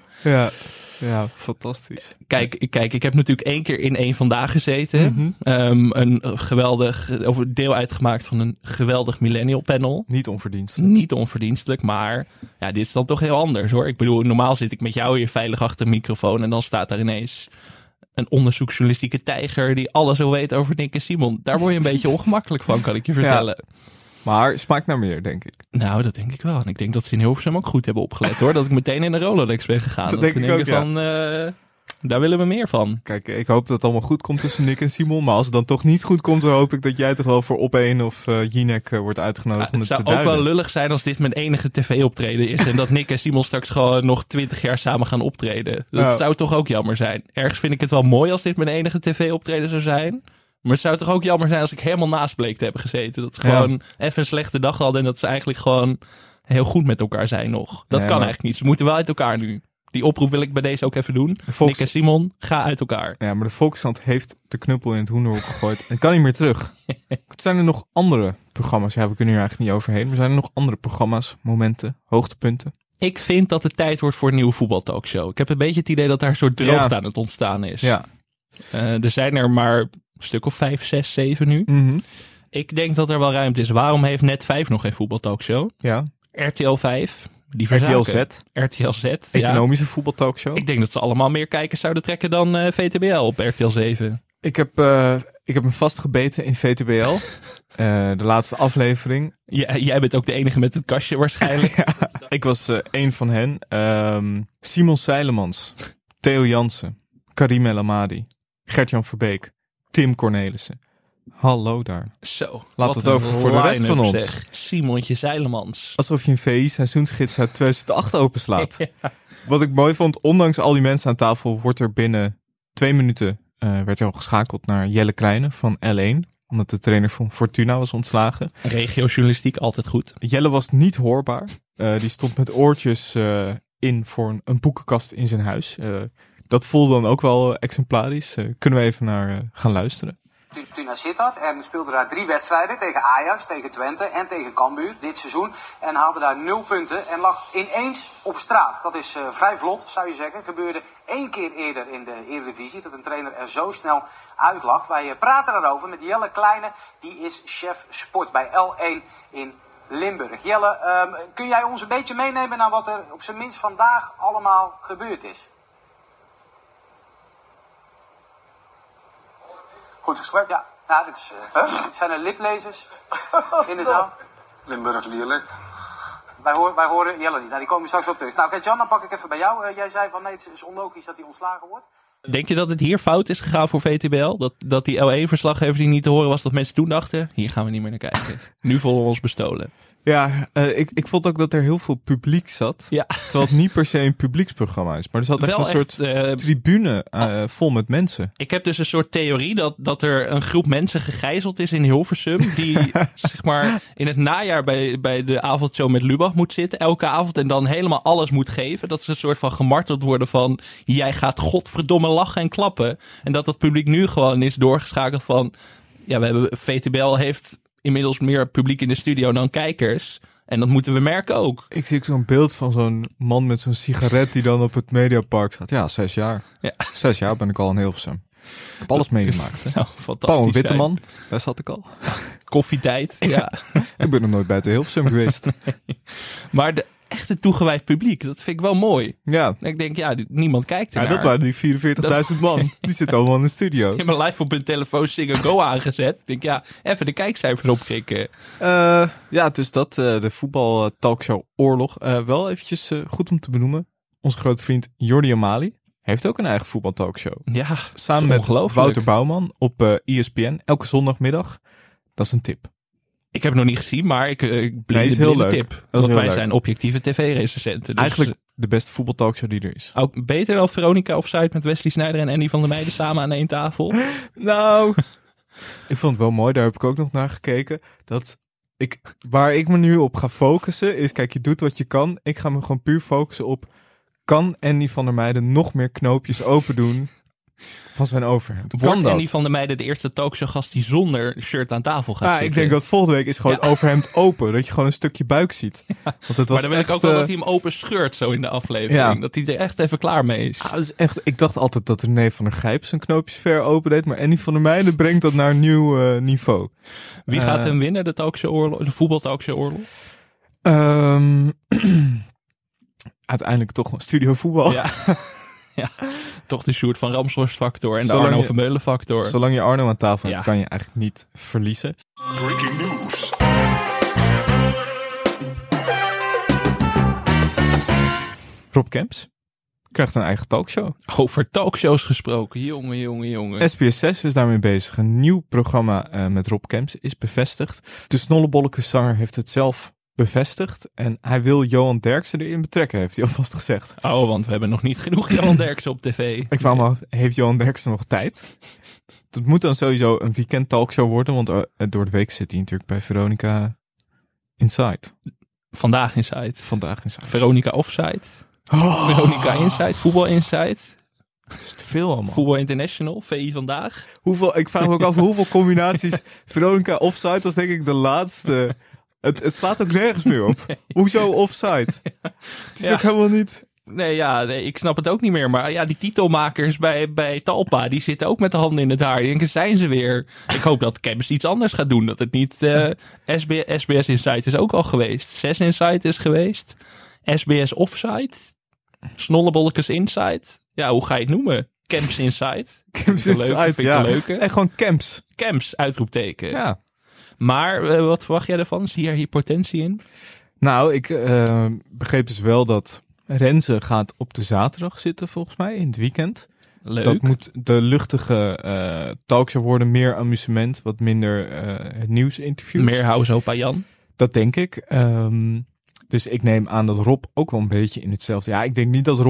Ja, fantastisch. Kijk, ik heb natuurlijk 1 keer in 1 Vandaag gezeten. Een geweldig, deel uitgemaakt van een geweldig millennial panel. Niet onverdienstelijk, maar dit is dan toch heel anders hoor. Ik bedoel, normaal zit ik met jou hier veilig achter een microfoon en dan staat daar ineens een onderzoeksjournalistieke tijger die alles wil weten over Nick en Simon. Daar word je een beetje ongemakkelijk van, kan ik je vertellen. Ja. Maar smaakt naar meer, denk ik. Nou, dat denk ik wel. En ik denk dat ze in Hilversum ook goed hebben opgelet, hoor. Dat ik meteen in de Rolodex ben gegaan. Dat denk ik ook, van, daar willen we meer van. Kijk, ik hoop dat het allemaal goed komt tussen Nick en Simon. Maar als het dan toch niet goed komt, dan hoop ik dat jij toch wel voor Op1 of Jinek wordt uitgenodigd om het te duiden. Het zou ook wel lullig zijn als dit mijn enige tv-optreden is. En dat Nick en Simon straks gewoon nog 20 jaar samen gaan optreden. Dat zou toch ook jammer zijn. Ergens vind ik het wel mooi als dit mijn enige tv-optreden zou zijn. Maar het zou toch ook jammer zijn als ik helemaal naast bleek te hebben gezeten. Dat ze gewoon even een slechte dag hadden. En dat ze eigenlijk gewoon heel goed met elkaar zijn nog. Dat kan eigenlijk niet. Ze moeten wel uit elkaar nu. Die oproep wil ik bij deze ook even doen. Nick en Simon, ga uit elkaar. Ja, maar de Volkskrant heeft de knuppel in het hoenderhok gegooid. En het kan niet meer terug. Zijn er nog andere programma's? Ja, we kunnen hier eigenlijk niet overheen. Maar zijn er nog andere programma's, momenten, hoogtepunten? Ik vind dat het tijd wordt voor een nieuwe voetbaltalkshow. Ik heb een beetje het idee dat daar een soort droogte aan het ontstaan is. Ja. Er zijn er maar een stuk of 5, 6, 7 nu. Ik denk dat er wel ruimte is. Waarom heeft Net5 nog geen voetbaltalkshow? Ja. RTL 5... RTL Z. Economische voetbaltalkshow. Ik denk dat ze allemaal meer kijkers zouden trekken dan VTBL op RTL 7. Ik heb me vastgebeten in VTBL. De laatste aflevering. Jij bent ook de enige met het kastje waarschijnlijk. Ik was een van hen. Simon Seilemans. Theo Jansen. Karim El Amadi. Gert-Jan Verbeek. Tim Cornelissen. Hallo daar. Zo. Laten we het over voor de rest van ons. Simontje Zeilemans. Alsof je een VI-seizoensgids uit 2008 openslaat. Wat ik mooi vond, ondanks al die mensen aan tafel, wordt er binnen 2 minuten werd er al geschakeld naar Jelle Kleine van L1. Omdat de trainer van Fortuna was ontslagen. Regiojournalistiek, altijd goed. Jelle was niet hoorbaar. Die stond met oortjes in voor een boekenkast in zijn huis. Dat voelde dan ook wel exemplarisch. Kunnen we even naar gaan luisteren. Fortuna Sittard en speelde daar 3 wedstrijden tegen Ajax, tegen Twente en tegen Cambuur dit seizoen. En haalde daar 0 punten en lag ineens op straat. Dat is vrij vlot, zou je zeggen. Gebeurde 1 keer eerder in de Eredivisie dat een trainer er zo snel uitlag. Wij praten daarover met Jelle Kleine, die is chef sport bij L1 in Limburg. Jelle, kun jij ons een beetje meenemen naar wat er op zijn minst vandaag allemaal gebeurd is? Goed gesprek? Ja, dit is, zijn er liplezers in de zaal? Limburgs dialect. Wij horen Jelle niet. Nou, die komen straks op terug. Nou, Jan, dan pak ik even bij jou. Jij zei van nee, het is onlogisch dat hij ontslagen wordt. Denk je dat het hier fout is gegaan voor VTBL? Dat die L1-verslaggever die niet te horen was, dat mensen toen dachten, hier gaan we niet meer naar kijken. Nu voelen we ons bestolen. Ja, ik vond ook dat er heel veel publiek zat. Ja. Terwijl het niet per se een publieksprogramma is. Maar er zat echt Wel een soort tribune vol met mensen. Ik heb dus een soort theorie dat er een groep mensen gegijzeld is in Hilversum. Die zeg maar in het najaar bij de avondshow met Lubach moet zitten. Elke avond en dan helemaal alles moet geven. Dat ze een soort van gemarteld worden van jij gaat godverdomme lachen en klappen. En dat publiek nu gewoon is doorgeschakeld van ja, VTBL heeft inmiddels meer publiek in de studio dan kijkers. En dat moeten we merken ook. Ik zie zo'n beeld van zo'n man met zo'n sigaret die dan op het Mediapark staat. Ja, 6 jaar. Ja. 6 jaar ben ik al in Hilversum. Ik heb alles meegemaakt. Hè? Nou, fantastisch. Paul Witteman, daar zat ik al. Koffietijd. Ja. Ik ben nog nooit buiten Hilversum geweest. Maar de echte toegewijd publiek, dat vind ik wel mooi. Ja. En ik denk, ja, niemand kijkt ernaar. Ja, dat waren die 44.000 man. Die zitten allemaal in de studio. Ik heb me live op hun telefoon Sing Go aangezet. Ik denk, ja, even de kijkcijfers opkrikken. Ja, dus dat, de voetbal talkshow Oorlog. Wel eventjes goed om te benoemen. Onze grote vriend Jordi Amali heeft ook een eigen voetbaltalkshow. Ja, samen met Wouter Bouwman op ESPN. Elke zondagmiddag. Dat is een tip. Ik heb het nog niet gezien, maar ik is heel leuk. Tip. Want wij zijn objectieve tv-recensenten. Dus eigenlijk de beste voetbaltalkshow die er is. Ook beter dan Veronica Offside met Wesley Sneijder en Andy van der Meijden samen aan één tafel. Nou, ik vond het wel mooi. Daar heb ik ook nog naar gekeken. Waar ik me nu op ga focussen is, kijk, je doet wat je kan. Ik ga me gewoon puur focussen op, kan Andy van der Meijden nog meer knoopjes open doen van zijn overhemd? Wordt Andy van der Meijden de eerste talkshowgast die zonder shirt aan tafel gaat zitten? Ik denk dat volgende week is gewoon overhemd open. Dat je gewoon een stukje buik ziet. Want het was maar dan wil echt, ik ook wel dat hij hem open scheurt zo in de aflevering. Ja. Dat hij er echt even klaar mee is. Dus echt, ik dacht altijd dat René van der Gijp zijn knoopjes ver open deed. Maar Andy van der Meijden brengt dat naar een nieuw niveau. Wie gaat hem winnen, de voetbaltalkshow oorlog? Uiteindelijk toch een studio voetbal. Ja. Ja, toch de Sjoerd van Ramshorst factor en de Arno Vermeulen factor. Zolang je Arno aan tafel hebt, kan je eigenlijk niet verliezen. Breaking news. Rob Kemps krijgt een eigen talkshow. Over talkshows gesproken. Jongen. SBS 6 is daarmee bezig. Een nieuw programma met Rob Kemps is bevestigd. De Snollebollekes-zanger heeft het zelf bevestigd. En hij wil Johan Derksen erin betrekken, heeft hij alvast gezegd. Oh, want we hebben nog niet genoeg Johan Derksen op tv. Ik vraag me af, heeft Johan Derksen nog tijd? Het moet dan sowieso een weekend talkshow worden, want door de week zit hij natuurlijk bij Veronica Inside. Vandaag Inside. Veronica Offside. Veronica Inside. Voetbal Inside. Dat is te veel allemaal. Voetbal International. VI Vandaag. Ik vraag me ook af hoeveel combinaties Veronica Offside was denk ik de laatste. Het slaat ook nergens meer op. Nee. Hoezo offside? Het is ook helemaal niet. Nee, ik snap het ook niet meer. Maar ja, die titelmakers bij Talpa, die zitten ook met de handen in het haar. Die denken, zijn ze weer? Ik hoop dat Kemps iets anders gaat doen. Dat het niet SBS Inside is ook al geweest. 6 Inside is geweest. SBS Offside. Snollebollekes Inside. Ja, hoe ga je het noemen? Kemps Inside. Kemps Inside, ja. Leuke. En gewoon Kemps. Kemps, uitroepteken. Ja. Maar wat verwacht jij ervan? Zie je hier potentie in? Nou, ik begreep dus wel dat Renze gaat op de zaterdag zitten, volgens mij, in het weekend. Leuk. Dat moet de luchtige talkshow worden. Meer amusement, wat minder nieuwsinterviews. Meer House Opa Jan. Dat denk ik. Dus ik neem aan dat Rob ook wel een beetje in hetzelfde... Ja, ik denk niet dat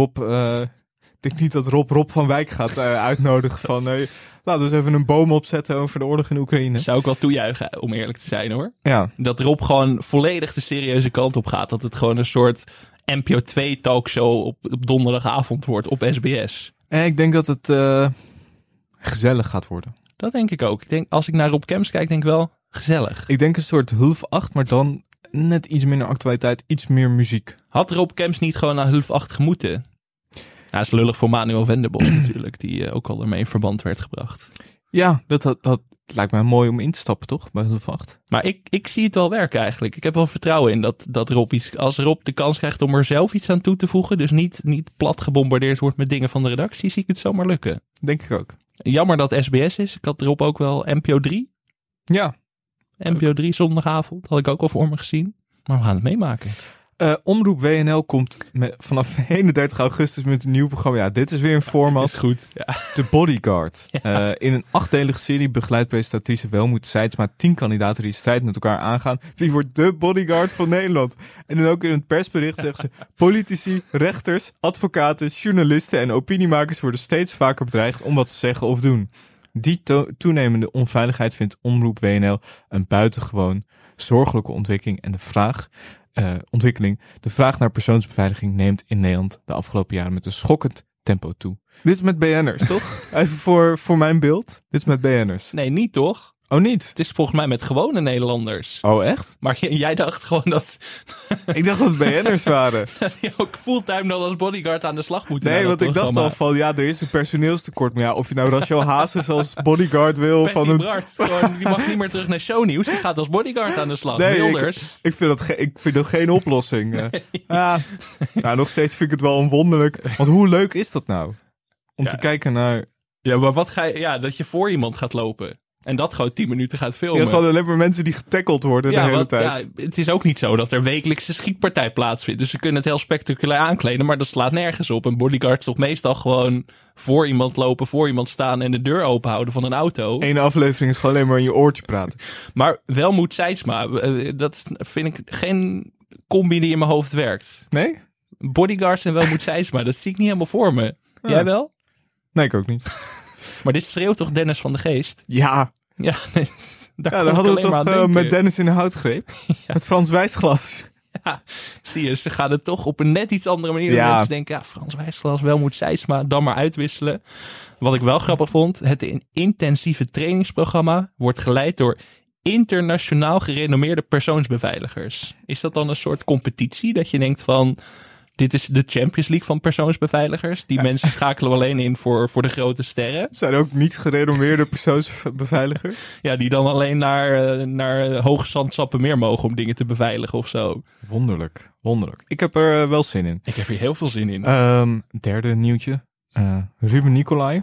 Rob van Wijk gaat uitnodigen van... laten we eens even een boom opzetten over de oorlog in Oekraïne. Zou ik wel toejuichen, om eerlijk te zijn hoor. Ja. Dat Rob gewoon volledig de serieuze kant op gaat. Dat het gewoon een soort NPO 2 talkshow op donderdagavond wordt op SBS. En ik denk dat het gezellig gaat worden. Dat denk ik ook. Ik denk, als ik naar Rob Kemps kijk, denk ik wel gezellig. Ik denk een soort Hulf 8, maar dan net iets minder actualiteit, iets meer muziek. Had Rob Kemps niet gewoon naar Hulf 8 moeten? Ja, is lullig voor Manuel Venderbos natuurlijk, die ook al ermee in verband werd gebracht. Ja, dat lijkt mij mooi om in te stappen, toch? Bij Hulf 8. Maar ik zie het wel werken eigenlijk. Ik heb wel vertrouwen in dat Rob iets... Als Rob de kans krijgt om er zelf iets aan toe te voegen, dus niet plat gebombardeerd wordt met dingen van de redactie, zie ik het zomaar lukken. Denk ik ook. Jammer dat SBS is. Ik had Rob ook wel NPO 3. Ja. NPO 3 zondagavond. Had ik ook al voor me gezien. Maar we gaan het meemaken. Omroep WNL komt vanaf 31 augustus met een nieuw programma. Ja, dit is weer een format. Het is goed. Ja. The Bodyguard. Ja. In een 8-delige serie begeleidt presentatrice Welmoed Seidsma 10 kandidaten die strijd met elkaar aangaan. Wie wordt de bodyguard van Nederland? En dan ook in het persbericht zegt ze: politici, rechters, advocaten, journalisten en opiniemakers worden steeds vaker bedreigd om wat ze zeggen of doen. Die toenemende onveiligheid vindt Omroep WNL een buitengewoon zorgelijke ontwikkeling en de vraag naar persoonsbeveiliging neemt in Nederland de afgelopen jaren met een schokkend tempo toe. Dit is met BN'ers, toch? Even voor mijn beeld. Dit is met BN'ers. Nee, niet toch? Oh, niet? Het is volgens mij met gewone Nederlanders. Oh, echt? Maar jij dacht gewoon dat... Ik dacht dat het BN'ers waren. Dat die ook fulltime dan als bodyguard aan de slag moeten. Nee, want ik dacht al van, ja, er is een personeelstekort. Maar ja, of je nou Rachel Hazes als bodyguard wil van een... Gewoon, die mag niet meer terug naar shownieuws. Die gaat als bodyguard aan de slag. Nee, Wilders. Ik vind dat geen oplossing. Nee. Nou, nog steeds vind ik het wel onwonderlijk. Want hoe leuk is dat nou? Om te kijken naar... Ja, maar wat ga je... Ja, dat je voor iemand gaat lopen. En dat gewoon 10 minuten gaat filmen. Ja, gewoon alleen maar mensen die getackeld worden de hele tijd. Ja, het is ook niet zo dat er wekelijks een schietpartij plaatsvindt. Dus ze kunnen het heel spectaculair aankleden, maar dat slaat nergens op. Een bodyguard is toch meestal gewoon voor iemand lopen, voor iemand staan en de deur open houden van een auto. Eén aflevering is gewoon alleen maar in je oortje praten. Maar Welmoed Seidsma, dat vind ik geen combi die in mijn hoofd werkt. Nee? Bodyguards en Welmoed Seidsma, dat zie ik niet helemaal voor me. Ja. Jij wel? Nee, ik ook niet. Maar dit schreeuwt toch Dennis van de Geest? Ja. Ja, daar hadden we toch met Dennis in de houtgreep. Ja. Met Frans Wijsglas. Ja, zie je, ze gaan het toch op een net iets andere manier. Ja. Mensen denken, ja, Frans Wijsglas, Welmoed Seidsma, dan maar uitwisselen. Wat ik wel grappig vond, het intensieve trainingsprogramma wordt geleid door internationaal gerenommeerde persoonsbeveiligers. Is dat dan een soort competitie dat je denkt van... Dit is de Champions League van persoonsbeveiligers. Die mensen schakelen we alleen in voor de grote sterren. Zijn ook niet gerenommeerde persoonsbeveiligers? Ja, die dan alleen naar Hoge Zandsappenmeer mogen om dingen te beveiligen of zo. Wonderlijk. Ik heb er wel zin in. Ik heb hier heel veel zin in. Derde nieuwtje. Ruben Nicolai.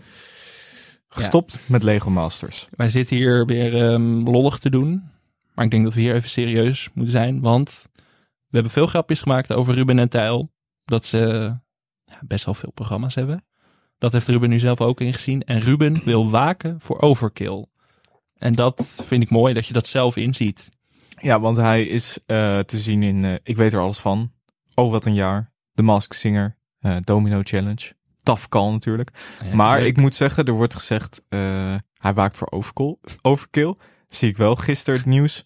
Gestopt met Lego Masters. Wij zitten hier weer lollig te doen. Maar ik denk dat we hier even serieus moeten zijn. Want we hebben veel grapjes gemaakt over Ruben en Tijl. Dat ze best wel veel programma's hebben. Dat heeft Ruben nu zelf ook ingezien. En Ruben wil waken voor overkill. En dat vind ik mooi, dat je dat zelf inziet. Ja, want hij is te zien in Ik weet er alles van. Oh, wat een jaar. The Masked Singer. Domino Challenge. Tough Call natuurlijk. Ja, maar leuk. Ik moet zeggen, er wordt gezegd... hij waakt voor overkill. Zie ik wel gisteren het nieuws.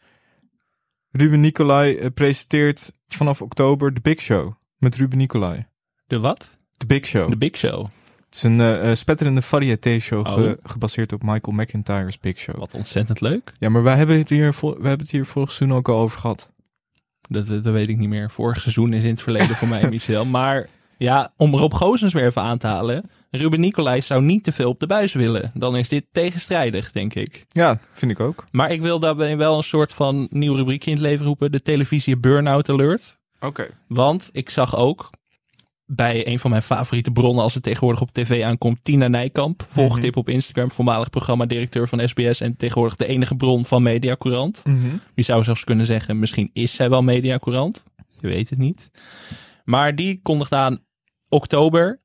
Ruben Nicolai presenteert vanaf oktober The Big Show. Met Ruben Nicolai. De wat? The Big Show. The Big Show. Het is een spetterende variété-show gebaseerd op Michael McIntyre's Big Show. Wat ontzettend leuk. Ja, maar we hebben het hier vorig seizoen ook al over gehad. Dat weet ik niet meer. Vorig seizoen is in het verleden voor mij, Michel. Maar ja, om Rob Goossens weer even aan te halen. Ruben Nicolai zou niet te veel op de buis willen. Dan is dit tegenstrijdig, denk ik. Ja, vind ik ook. Maar ik wil daarbij wel een soort van nieuw rubriekje in het leven roepen. De televisie Burnout Alert. Oké. Want ik zag ook bij een van mijn favoriete bronnen als het tegenwoordig op tv aankomt, Tina Nijkamp. Volgtip op Instagram, voormalig programmadirecteur van SBS en tegenwoordig de enige bron van Mediacourant. Je zou zelfs kunnen zeggen, misschien is zij wel Mediacourant. Je weet het niet. Maar die kondigde aan oktober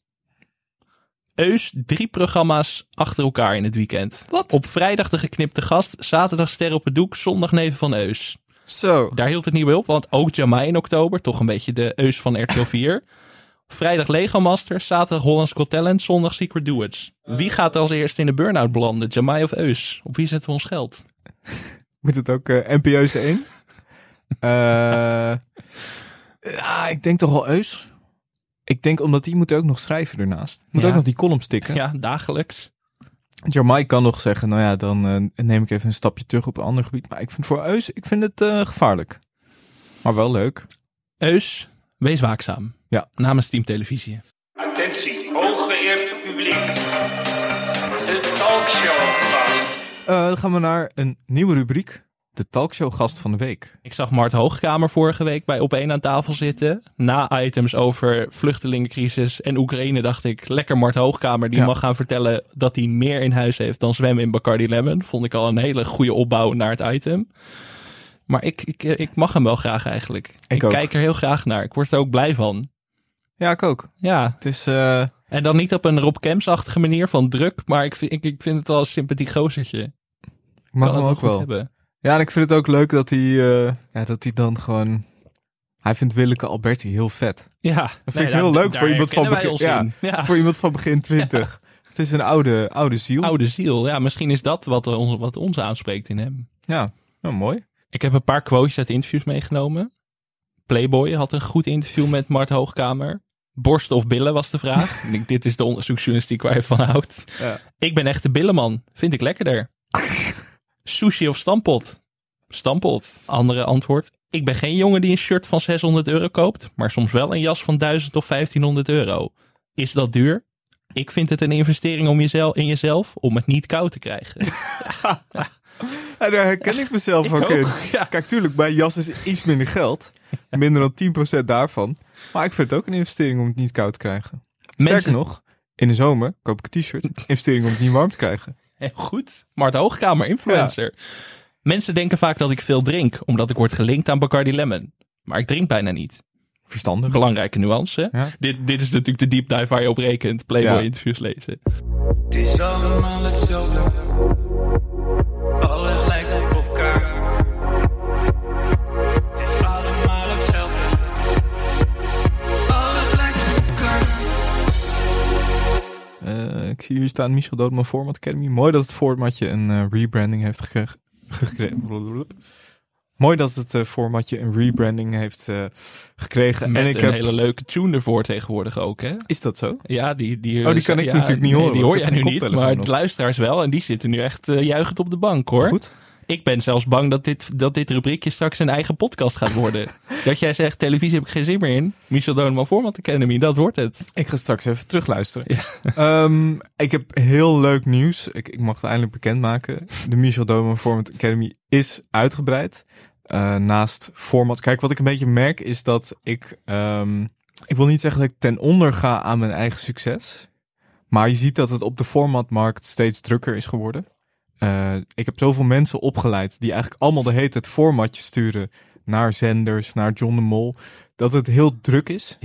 Eus 3 programma's achter elkaar in het weekend. Wat? Op vrijdag de geknipte gast, zaterdag Ster op het doek, zondag Neven van Eus. Zo. Daar hield het niet bij op, want ook Jamai in oktober, toch een beetje de Eus van RTL 4. Vrijdag Lego Masters, zaterdag Holland's Got Talent, zondag Secret Duets. Wie gaat als eerste in de burn-out belanden, Jamai of Eus? Op wie zetten we ons geld? Moet het ook NPO's 1? Ik denk toch wel Eus. Ik denk omdat die moet ook nog schrijven ernaast. Moet ook nog die column stikken. Ja, dagelijks. Jamai kan nog zeggen, nou ja, dan neem ik even een stapje terug op een ander gebied. Maar ik vind voor Eus, het gevaarlijk. Maar wel leuk. Eus, wees waakzaam. Ja. Namens Team Televisie. Attentie, hooggeëerd publiek. De talkshow gast. Dan gaan we naar een nieuwe rubriek. De talkshow gast van de week. Ik zag Mart Hoogkamer vorige week bij Op1 aan tafel zitten. Na items over vluchtelingencrisis en Oekraïne dacht ik, lekker Mart Hoogkamer. Die mag gaan vertellen dat hij meer in huis heeft dan zwemmen in Bacardi Lemon. Vond ik al een hele goede opbouw naar het item. Maar ik mag hem wel graag eigenlijk. Ik kijk er heel graag naar. Ik word er ook blij van. Ja, ik ook. Ja. Het is... En dan niet op een Rob Kemps-achtige manier van druk. Maar ik vind het wel een sympathiek gozertje. Ik mag hem ook wel. Hebben. Ja, en ik vind het ook leuk dat hij dan gewoon... Hij vindt Willeke Alberti heel vet. Ja. Dat vind ik heel leuk voor iemand van begin. Voor iemand van begin 20. Ja. Het is een oude ziel. Oude ziel. Ja, misschien is dat wat ons aanspreekt in hem. Ja, nou, mooi. Ik heb een paar quotes uit interviews meegenomen. Playboy had een goed interview met Mart Hoogkamer. Borsten of billen was de vraag. Ik denk, dit is de onderzoeksjournalistiek waar je van houdt. Ja. Ik ben echt de billenman. Vind ik lekkerder. Sushi of stampot? Stampot. Andere antwoord. Ik ben geen jongen die een shirt van €600 koopt, maar soms wel een jas van €1000 of €1500. Is dat duur? Ik vind het een investering in jezelf om het niet koud te krijgen. Ja, daar herken ik mezelf ook in. Ja. Kijk, tuurlijk, bij jas is iets minder geld. Minder dan 10% daarvan. Maar ik vind het ook een investering om het niet koud te krijgen. Sterker nog, in de zomer koop ik een t-shirt. Investering om het niet warm te krijgen. Heel goed. Mart Hoogkamer, influencer. Ja. Mensen denken vaak dat ik veel drink, omdat ik word gelinkt aan Bacardi Lemon. Maar ik drink bijna niet. Verstandig. Belangrijke nuance. Ja. Dit is natuurlijk de deep dive waar je op rekent. Playboy-interviews lezen. Het is allemaal hetzelfde. Alles lijkt op elkaar. Het is allemaal hetzelfde. Alles lijkt op elkaar. Ik zie hier staan Michel Dodeman Format Academy. Mooi dat het formatje een rebranding heeft gekregen. Mooi dat het formatje een rebranding heeft gekregen. Met en ik een hele leuke tune ervoor tegenwoordig ook, hè? Is dat zo? Ja, die kan ik natuurlijk niet horen. Die hoor jij nu niet, maar de luisteraars wel. En die zitten nu echt juichend op de bank, hoor. Goed. Ik ben zelfs bang dat dit rubriekje straks een eigen podcast gaat worden. Dat jij zegt, televisie heb ik geen zin meer in. Michel Dodeman Format Academy, dat wordt het. Ik ga straks even terugluisteren. Ja. Ik heb heel leuk nieuws. Ik mag het eindelijk bekendmaken. De Michel Dodeman Format Academy is uitgebreid. Naast format. Kijk, wat ik een beetje merk is dat ik wil niet zeggen dat ik ten onder ga aan mijn eigen succes. Maar je ziet dat het op de formatmarkt steeds drukker is geworden. Ik heb zoveel mensen opgeleid die eigenlijk allemaal de hele tijd formatjes sturen naar zenders, naar John de Mol, dat het heel druk is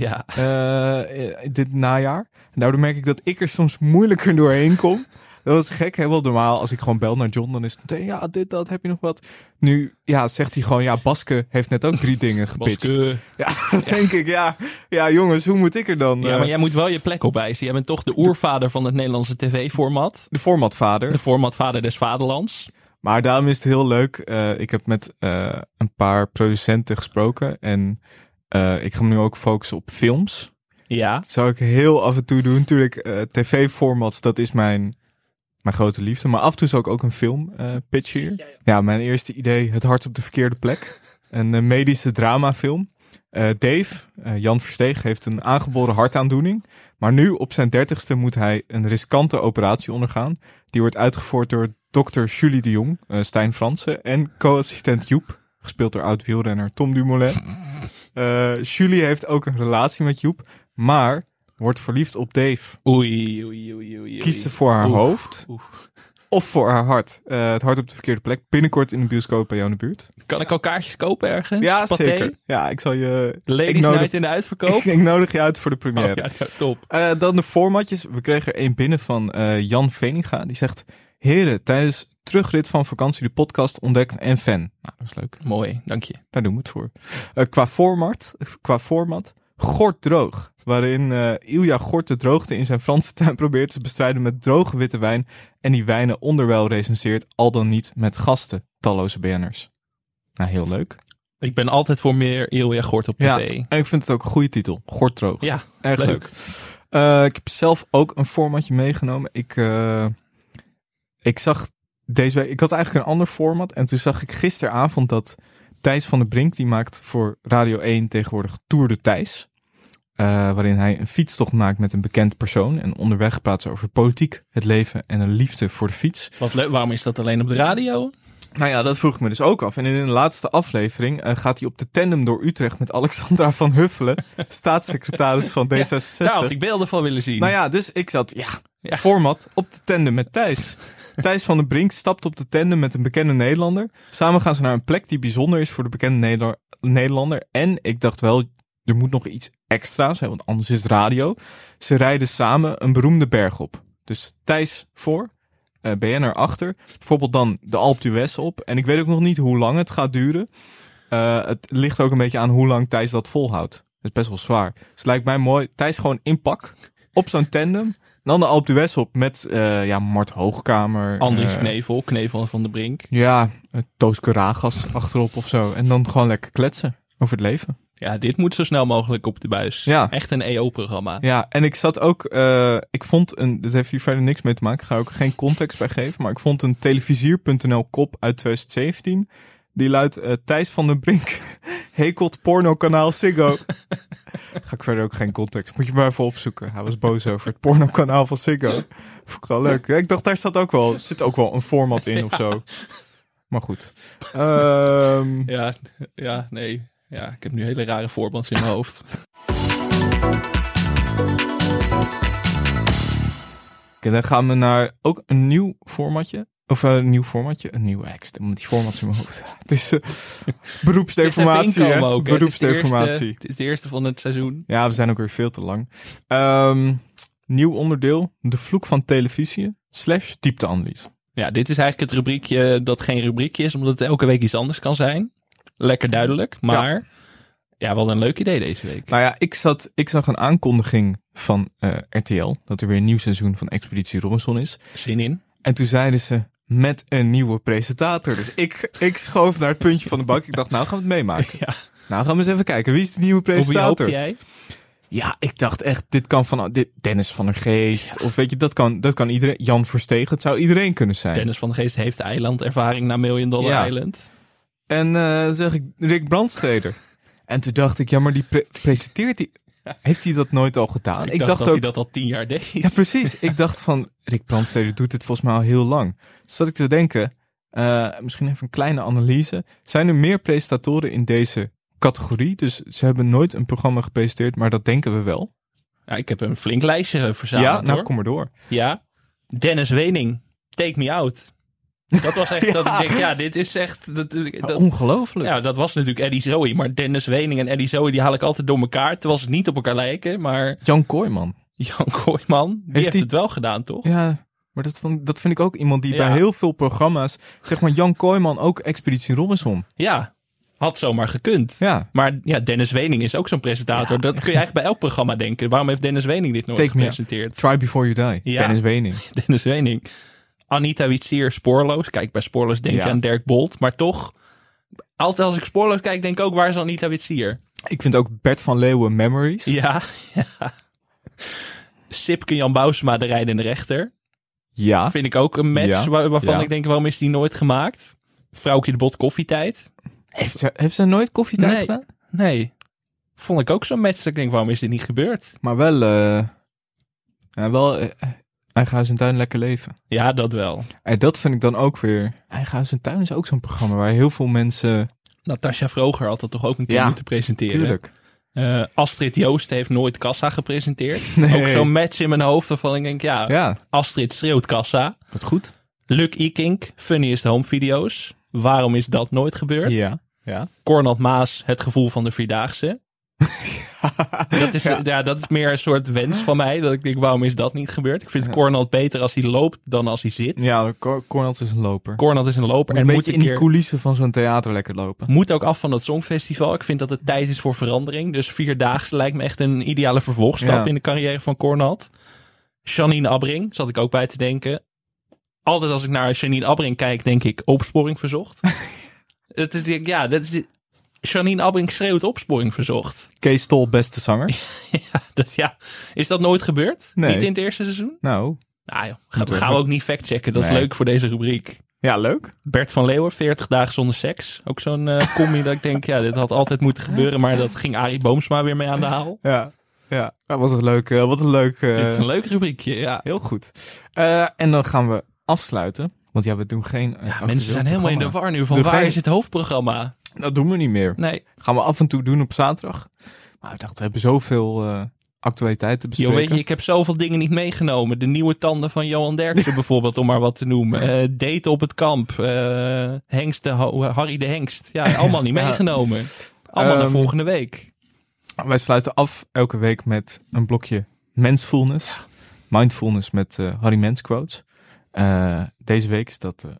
dit najaar. En daardoor merk ik dat ik er soms moeilijker doorheen kom. Dat is gek, helemaal normaal. Als ik gewoon bel naar John, dan is het meteen, ja, dit, dat, heb je nog wat? Nu, zegt hij gewoon, Baske heeft net ook 3 dingen gepitcht. Baske. Ja, dat denk ik, ja, jongens, hoe moet ik er dan? Ja, maar jij moet wel je plek opeisen. Jij bent toch de oervader van het Nederlandse tv-format. De formatvader. De formatvader des vaderlands. Maar daarom is het heel leuk. Ik heb met een paar producenten gesproken en ik ga me nu ook focussen op films. Ja. Dat zou ik heel af en toe doen. Natuurlijk, tv-formats, dat is mijn grote liefde. Maar af en toe zou ik ook een film pitchen hier. Ja, mijn eerste idee, Het hart op de verkeerde plek. Een medische dramafilm. Dave, Jan Versteeg, heeft een aangeboren hartaandoening. Maar nu, op zijn 30ste, moet hij een riskante operatie ondergaan. Die wordt uitgevoerd door dokter Julie de Jong, Stijn Fransen. En co-assistent Joep, gespeeld door oud-wielrenner Tom Dumoulin. Julie heeft ook een relatie met Joep, maar wordt verliefd op Dave. Oei. Kiest ze voor haar hoofd of voor haar hart. Het hart op de verkeerde plek. Binnenkort in de bioscoop bij jou in de buurt. Kan ik al kaartjes kopen ergens? Ja, Pathé? zeker. Ja, ik zal je... Ladies Night in de uitverkoop? Ik nodig je uit voor de première. Oh, ja, top. Dan de formatjes. We kregen er één binnen van Jan Veninga. Die zegt, heren, tijdens terugrit van vakantie de podcast ontdekt en fan. Nou, dat is leuk. Mooi, dank je. Daar doen we het voor. Qua format, Gort droog. Waarin Ilja Gort de droogte in zijn Franse tuin probeert te bestrijden met droge witte wijn. En die wijnen onderwijl recenseert, al dan niet met gasten. Talloze BN'ers. Nou, heel leuk. Ik ben altijd voor meer Ilja Gort op tv. Ja, en ik vind het ook een goede titel. Gort droog. Ja, erg leuk. Ik heb zelf ook een formatje meegenomen. ik zag deze week... Ik had eigenlijk een ander format. En toen zag ik gisteravond dat Thijs van der Brink... die maakt voor Radio 1 tegenwoordig Tour de Thijs. Waarin hij een fietstocht maakt met een bekend persoon. En onderweg praat ze over politiek, het leven en een liefde voor de fiets. Wat leuk, waarom is dat alleen op de radio? Nou ja, dat vroeg ik me dus ook af. En in de laatste aflevering gaat hij op de tandem door Utrecht met Alexandra van Huffelen, staatssecretaris van D66. Daar had ik beelden van willen zien. Nou ja, dus ik zat, format op de tandem met Thijs. Thijs van der Brink stapt op de tandem met een bekende Nederlander. Samen gaan ze naar een plek die bijzonder is voor de bekende Nederlander. En ik dacht wel, er moet nog iets extra's, want anders is het radio. Ze rijden samen een beroemde berg op. Dus Thijs voor, BN'er achter. Bijvoorbeeld dan de Alpe d'Huez op. En ik weet ook nog niet hoe lang het gaat duren. Het ligt ook een beetje aan hoe lang Thijs dat volhoudt. Dat is best wel zwaar. Dus het lijkt mij mooi. Thijs gewoon in pak, op zo'n tandem. Dan de Alpe d'Huez op met Mart Hoogkamer. Andries Knevel van der Brink. Ja, Toos Karagas achterop of zo. En dan gewoon lekker kletsen over het leven. Ja, dit moet zo snel mogelijk op de buis. Ja. Echt een EO-programma. Ja, en ik zat ook... ik vond dat heeft hier verder niks mee te maken. Ik ga ook geen context bij geven. Maar ik vond een televisier.nl kop uit 2017. Die luidt Thijs van der Brink hekelt pornokanaal Ziggo. Ga ik verder ook geen context. Moet je maar even opzoeken. Hij was boos over het pornokanaal van Ziggo. Vond ik wel leuk. Ja, ik dacht, daar zit ook wel een format in of zo. Maar goed. Nee. Ja, ik heb nu hele rare voorbeelden in mijn hoofd. Oké, dan gaan we naar ook een nieuw formatje. Of een nieuw formatje. Een nieuwe tekst. Met die formats in mijn hoofd. Dus beroepsdeformatie. Beroepsdeformatie. Het is de eerste van het seizoen. Ja, we zijn ook weer veel te lang. Nieuw onderdeel. De vloek van televisie / diepteanalyse. Ja, dit is eigenlijk het rubriekje dat geen rubriekje is. Omdat het elke week iets anders kan zijn. Lekker duidelijk. Maar ja, wel een leuk idee deze week. Nou ja, ik zag een aankondiging van RTL. Dat er weer een nieuw seizoen van Expeditie Robinson is. Zin in. En toen zeiden ze met een nieuwe presentator. Dus ik schoof naar het puntje van de bank. Ik dacht, nou gaan we het meemaken. Ja. Nou gaan we eens even kijken. Wie is de nieuwe presentator? Of wie hoopte jij? Ja, ik dacht echt, dit kan van Dennis van der Geest. Ja. Of weet je, dat kan iedereen. Jan Verstegen, het zou iedereen kunnen zijn. Dennis van der Geest heeft eilandervaring naar $1 Million Island. En dan zeg ik Rick Brandsteder. En toen dacht ik, ja, maar die presenteert die. Heeft hij dat nooit al gedaan? Ik dacht dat hij dat al 10 jaar deed. Ja, precies. Ik dacht van, Rick Brandsteder doet dit volgens mij al heel lang. Dus zat ik te denken, misschien even een kleine analyse. Zijn er meer presentatoren in deze categorie? Dus ze hebben nooit een programma gepresenteerd, maar dat denken we wel. Ja, ik heb een flink lijstje verzameld. Ja, nou hoor. Kom maar door. Ja, Dennis Wening, Take Me Out. Dat was echt, dat ik denk, ja, dit is echt... Dat, ongelooflijk. Ja, dat was natuurlijk Eddie Zoe, maar Dennis Wening en Eddie Zoe, die haal ik altijd door elkaar, terwijl ze niet op elkaar lijken, maar... Jan Kooijman, die heeft het wel gedaan, toch? Ja, maar dat vind ik ook iemand die bij heel veel programma's, zeg maar Jan Kooijman, ook Expeditie Robinson. Ja, had zomaar gekund. Ja. Maar ja, Dennis Wening is ook zo'n presentator. Ja, dat kun je eigenlijk bij elk programma denken. Waarom heeft Dennis Wening dit nooit gepresenteerd? Try Before You Die. Ja. Dennis Wening. Dennis Wening. Anita Witsier, Spoorloos. Kijk, bij Spoorloos denk je aan Dirk Bolt. Maar toch, altijd als ik Spoorloos kijk, denk ik ook, waar is Anita Witsier? Ik vind ook Bert van Leeuwen Memories. Ja. Sipke Jan Bousema, de rijdende rechter. Ja. Vind ik ook een match waarvan ik denk, waarom is die nooit gemaakt? Vrouwtje de Bot Koffietijd. Heeft ze nooit Koffietijd gedaan? Nee. Vond ik ook zo'n match dat ik denk, waarom is dit niet gebeurd? Maar wel, Eigen Huis en Tuin Lekker Leven. Ja, dat wel. En dat vind ik dan ook weer... Eigen Huis en Tuin is ook zo'n programma waar heel veel mensen... Natasja Vroger had dat toch ook een keer moeten presenteren? Tuurlijk. Astrid Joost heeft nooit Kassa gepresenteerd. Nee. Ook zo'n match in mijn hoofd waarvan ik denk, Astrid schreeuwt Kassa. Wat goed. Luc Ikink, Funniest Home Video's. Waarom is dat nooit gebeurd? Ja. Cornald Maas, Het Gevoel van de Vierdaagse. Dat is meer een soort wens van mij. Dat ik denk, waarom is dat niet gebeurd? Ik vind Cornald beter als hij loopt dan als hij zit. Ja, Cornald is een loper. Cornald is een loper. En moet in die coulissen van zo'n theater lekker lopen. Moet ook af van het Songfestival. Ik vind dat het tijd is voor verandering. Dus Vierdaagse lijkt me echt een ideale vervolgstap in de carrière van Cornald. Janine Abbring, zat ik ook bij te denken. Altijd als ik naar Janine Abbring kijk, denk ik Opsporing Verzocht. Dat is Janine Abbring schreeuwt Opsporing Verzocht. Kees Stol, beste zanger. Is dat nooit gebeurd? Nee. Niet in het eerste seizoen? Nou, Nou joh, gaan we ook niet factchecken. Dat is Nee. leuk voor deze rubriek. Ja, leuk. Bert van Leeuwen, 40 dagen zonder seks. Ook zo'n combi dat ik denk, ja, dit had altijd moeten gebeuren. Maar dat ging Arie Boomsma weer mee aan de haal. Ja. Ja, wat een leuk... Dit is een leuk rubriekje, ja. Heel goed. En dan gaan we afsluiten. Want ja, we doen geen... Mensen zijn helemaal in de war nu van waar is het hoofdprogramma? Dat doen we niet meer. Nee. Gaan we af en toe doen op zaterdag. Maar ik dacht, we hebben zoveel actualiteiten te bespreken. Yo, weet je, ik heb zoveel dingen niet meegenomen. De nieuwe tanden van Johan Derksen bijvoorbeeld, om maar wat te noemen. Daten op het kamp. Harry de Hengst. Ja, allemaal niet meegenomen. Allemaal naar volgende week. Wij sluiten af elke week met een blokje mensfulness. Ja. Mindfulness met Harry Mens quotes. Deze week is dat...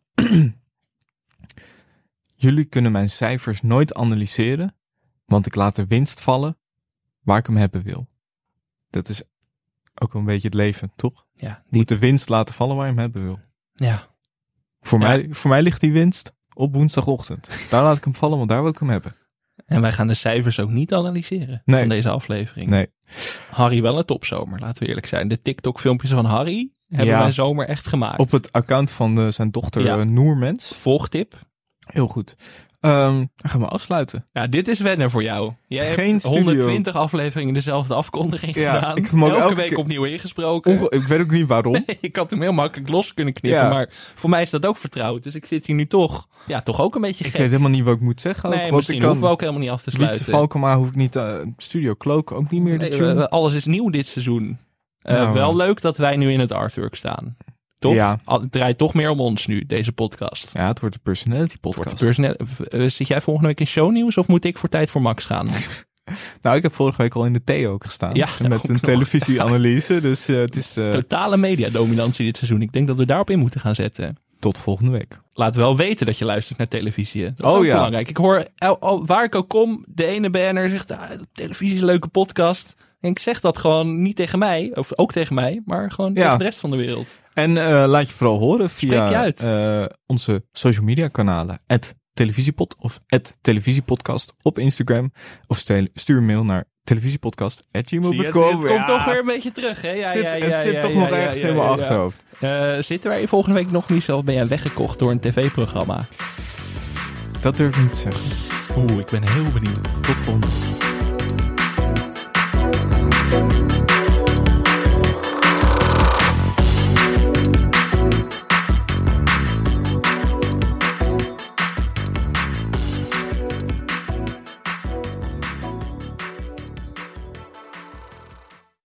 Jullie kunnen mijn cijfers nooit analyseren, want ik laat de winst vallen waar ik hem hebben wil. Dat is ook wel een beetje het leven, toch? Ja, Je moet de winst laten vallen waar je hem hebben wil. Ja. Voor mij ligt die winst op woensdagochtend. Daar laat ik hem vallen, want daar wil ik hem hebben. En wij gaan de cijfers ook niet analyseren van deze aflevering. Nee. Harry wel een topzomer, laten we eerlijk zijn. De TikTok-filmpjes van Harry hebben mijn zomer echt gemaakt. Op het account van zijn dochter Noermens. Volgtip. Heel goed. Dan gaan we afsluiten. Ja, dit is wennen voor jou. Jij Geen hebt studio. 120 afleveringen dezelfde afkondiging gedaan. Ik heb hem ook elke elke week keer opnieuw ingesproken. Ik weet ook niet waarom. Nee, ik had hem heel makkelijk los kunnen knippen. Maar voor mij is dat ook vertrouwd. Dus ik zit hier nu toch ook een beetje gek. Ik weet helemaal niet wat ik moet zeggen. Nee, misschien hoeven we ook helemaal niet af te sluiten. Wietse Valkema hoef ik niet... Studio Cloak ook niet meer. Alles is nieuw dit seizoen. Wel leuk dat wij nu in het artwork staan. Toch? Ja. Het draait toch meer om ons nu, deze podcast. Ja, het wordt een personality podcast. Zit jij volgende week in shownieuws of moet ik voor Tijd voor Max gaan? Nou, ik heb vorige week al in de Theo ook gestaan. Ja, met een televisieanalyse. Dus het is... Totale mediadominantie dit seizoen. Ik denk dat we daarop in moeten gaan zetten. Tot volgende week. Laat wel weten dat je luistert naar televisie. Dat is ook belangrijk. Ik hoor, waar ik ook kom, de ene BN'er zegt... televisie is een leuke podcast. En ik zeg dat gewoon niet tegen mij, of ook tegen mij... maar gewoon tegen de rest van de wereld. En laat je vooral horen via onze social media kanalen. @televisiepod of @televisiepodcast op Instagram. Of stuur een mail naar televisiepodcast@gmail.com. Het komt toch weer een beetje terug, hè? Het zit toch nog ergens in mijn achterhoofd. Zitten wij volgende week nog niet zo? Ben jij weggekocht door een tv-programma? Dat durf ik niet te zeggen. Ik ben heel benieuwd. Tot volgende week.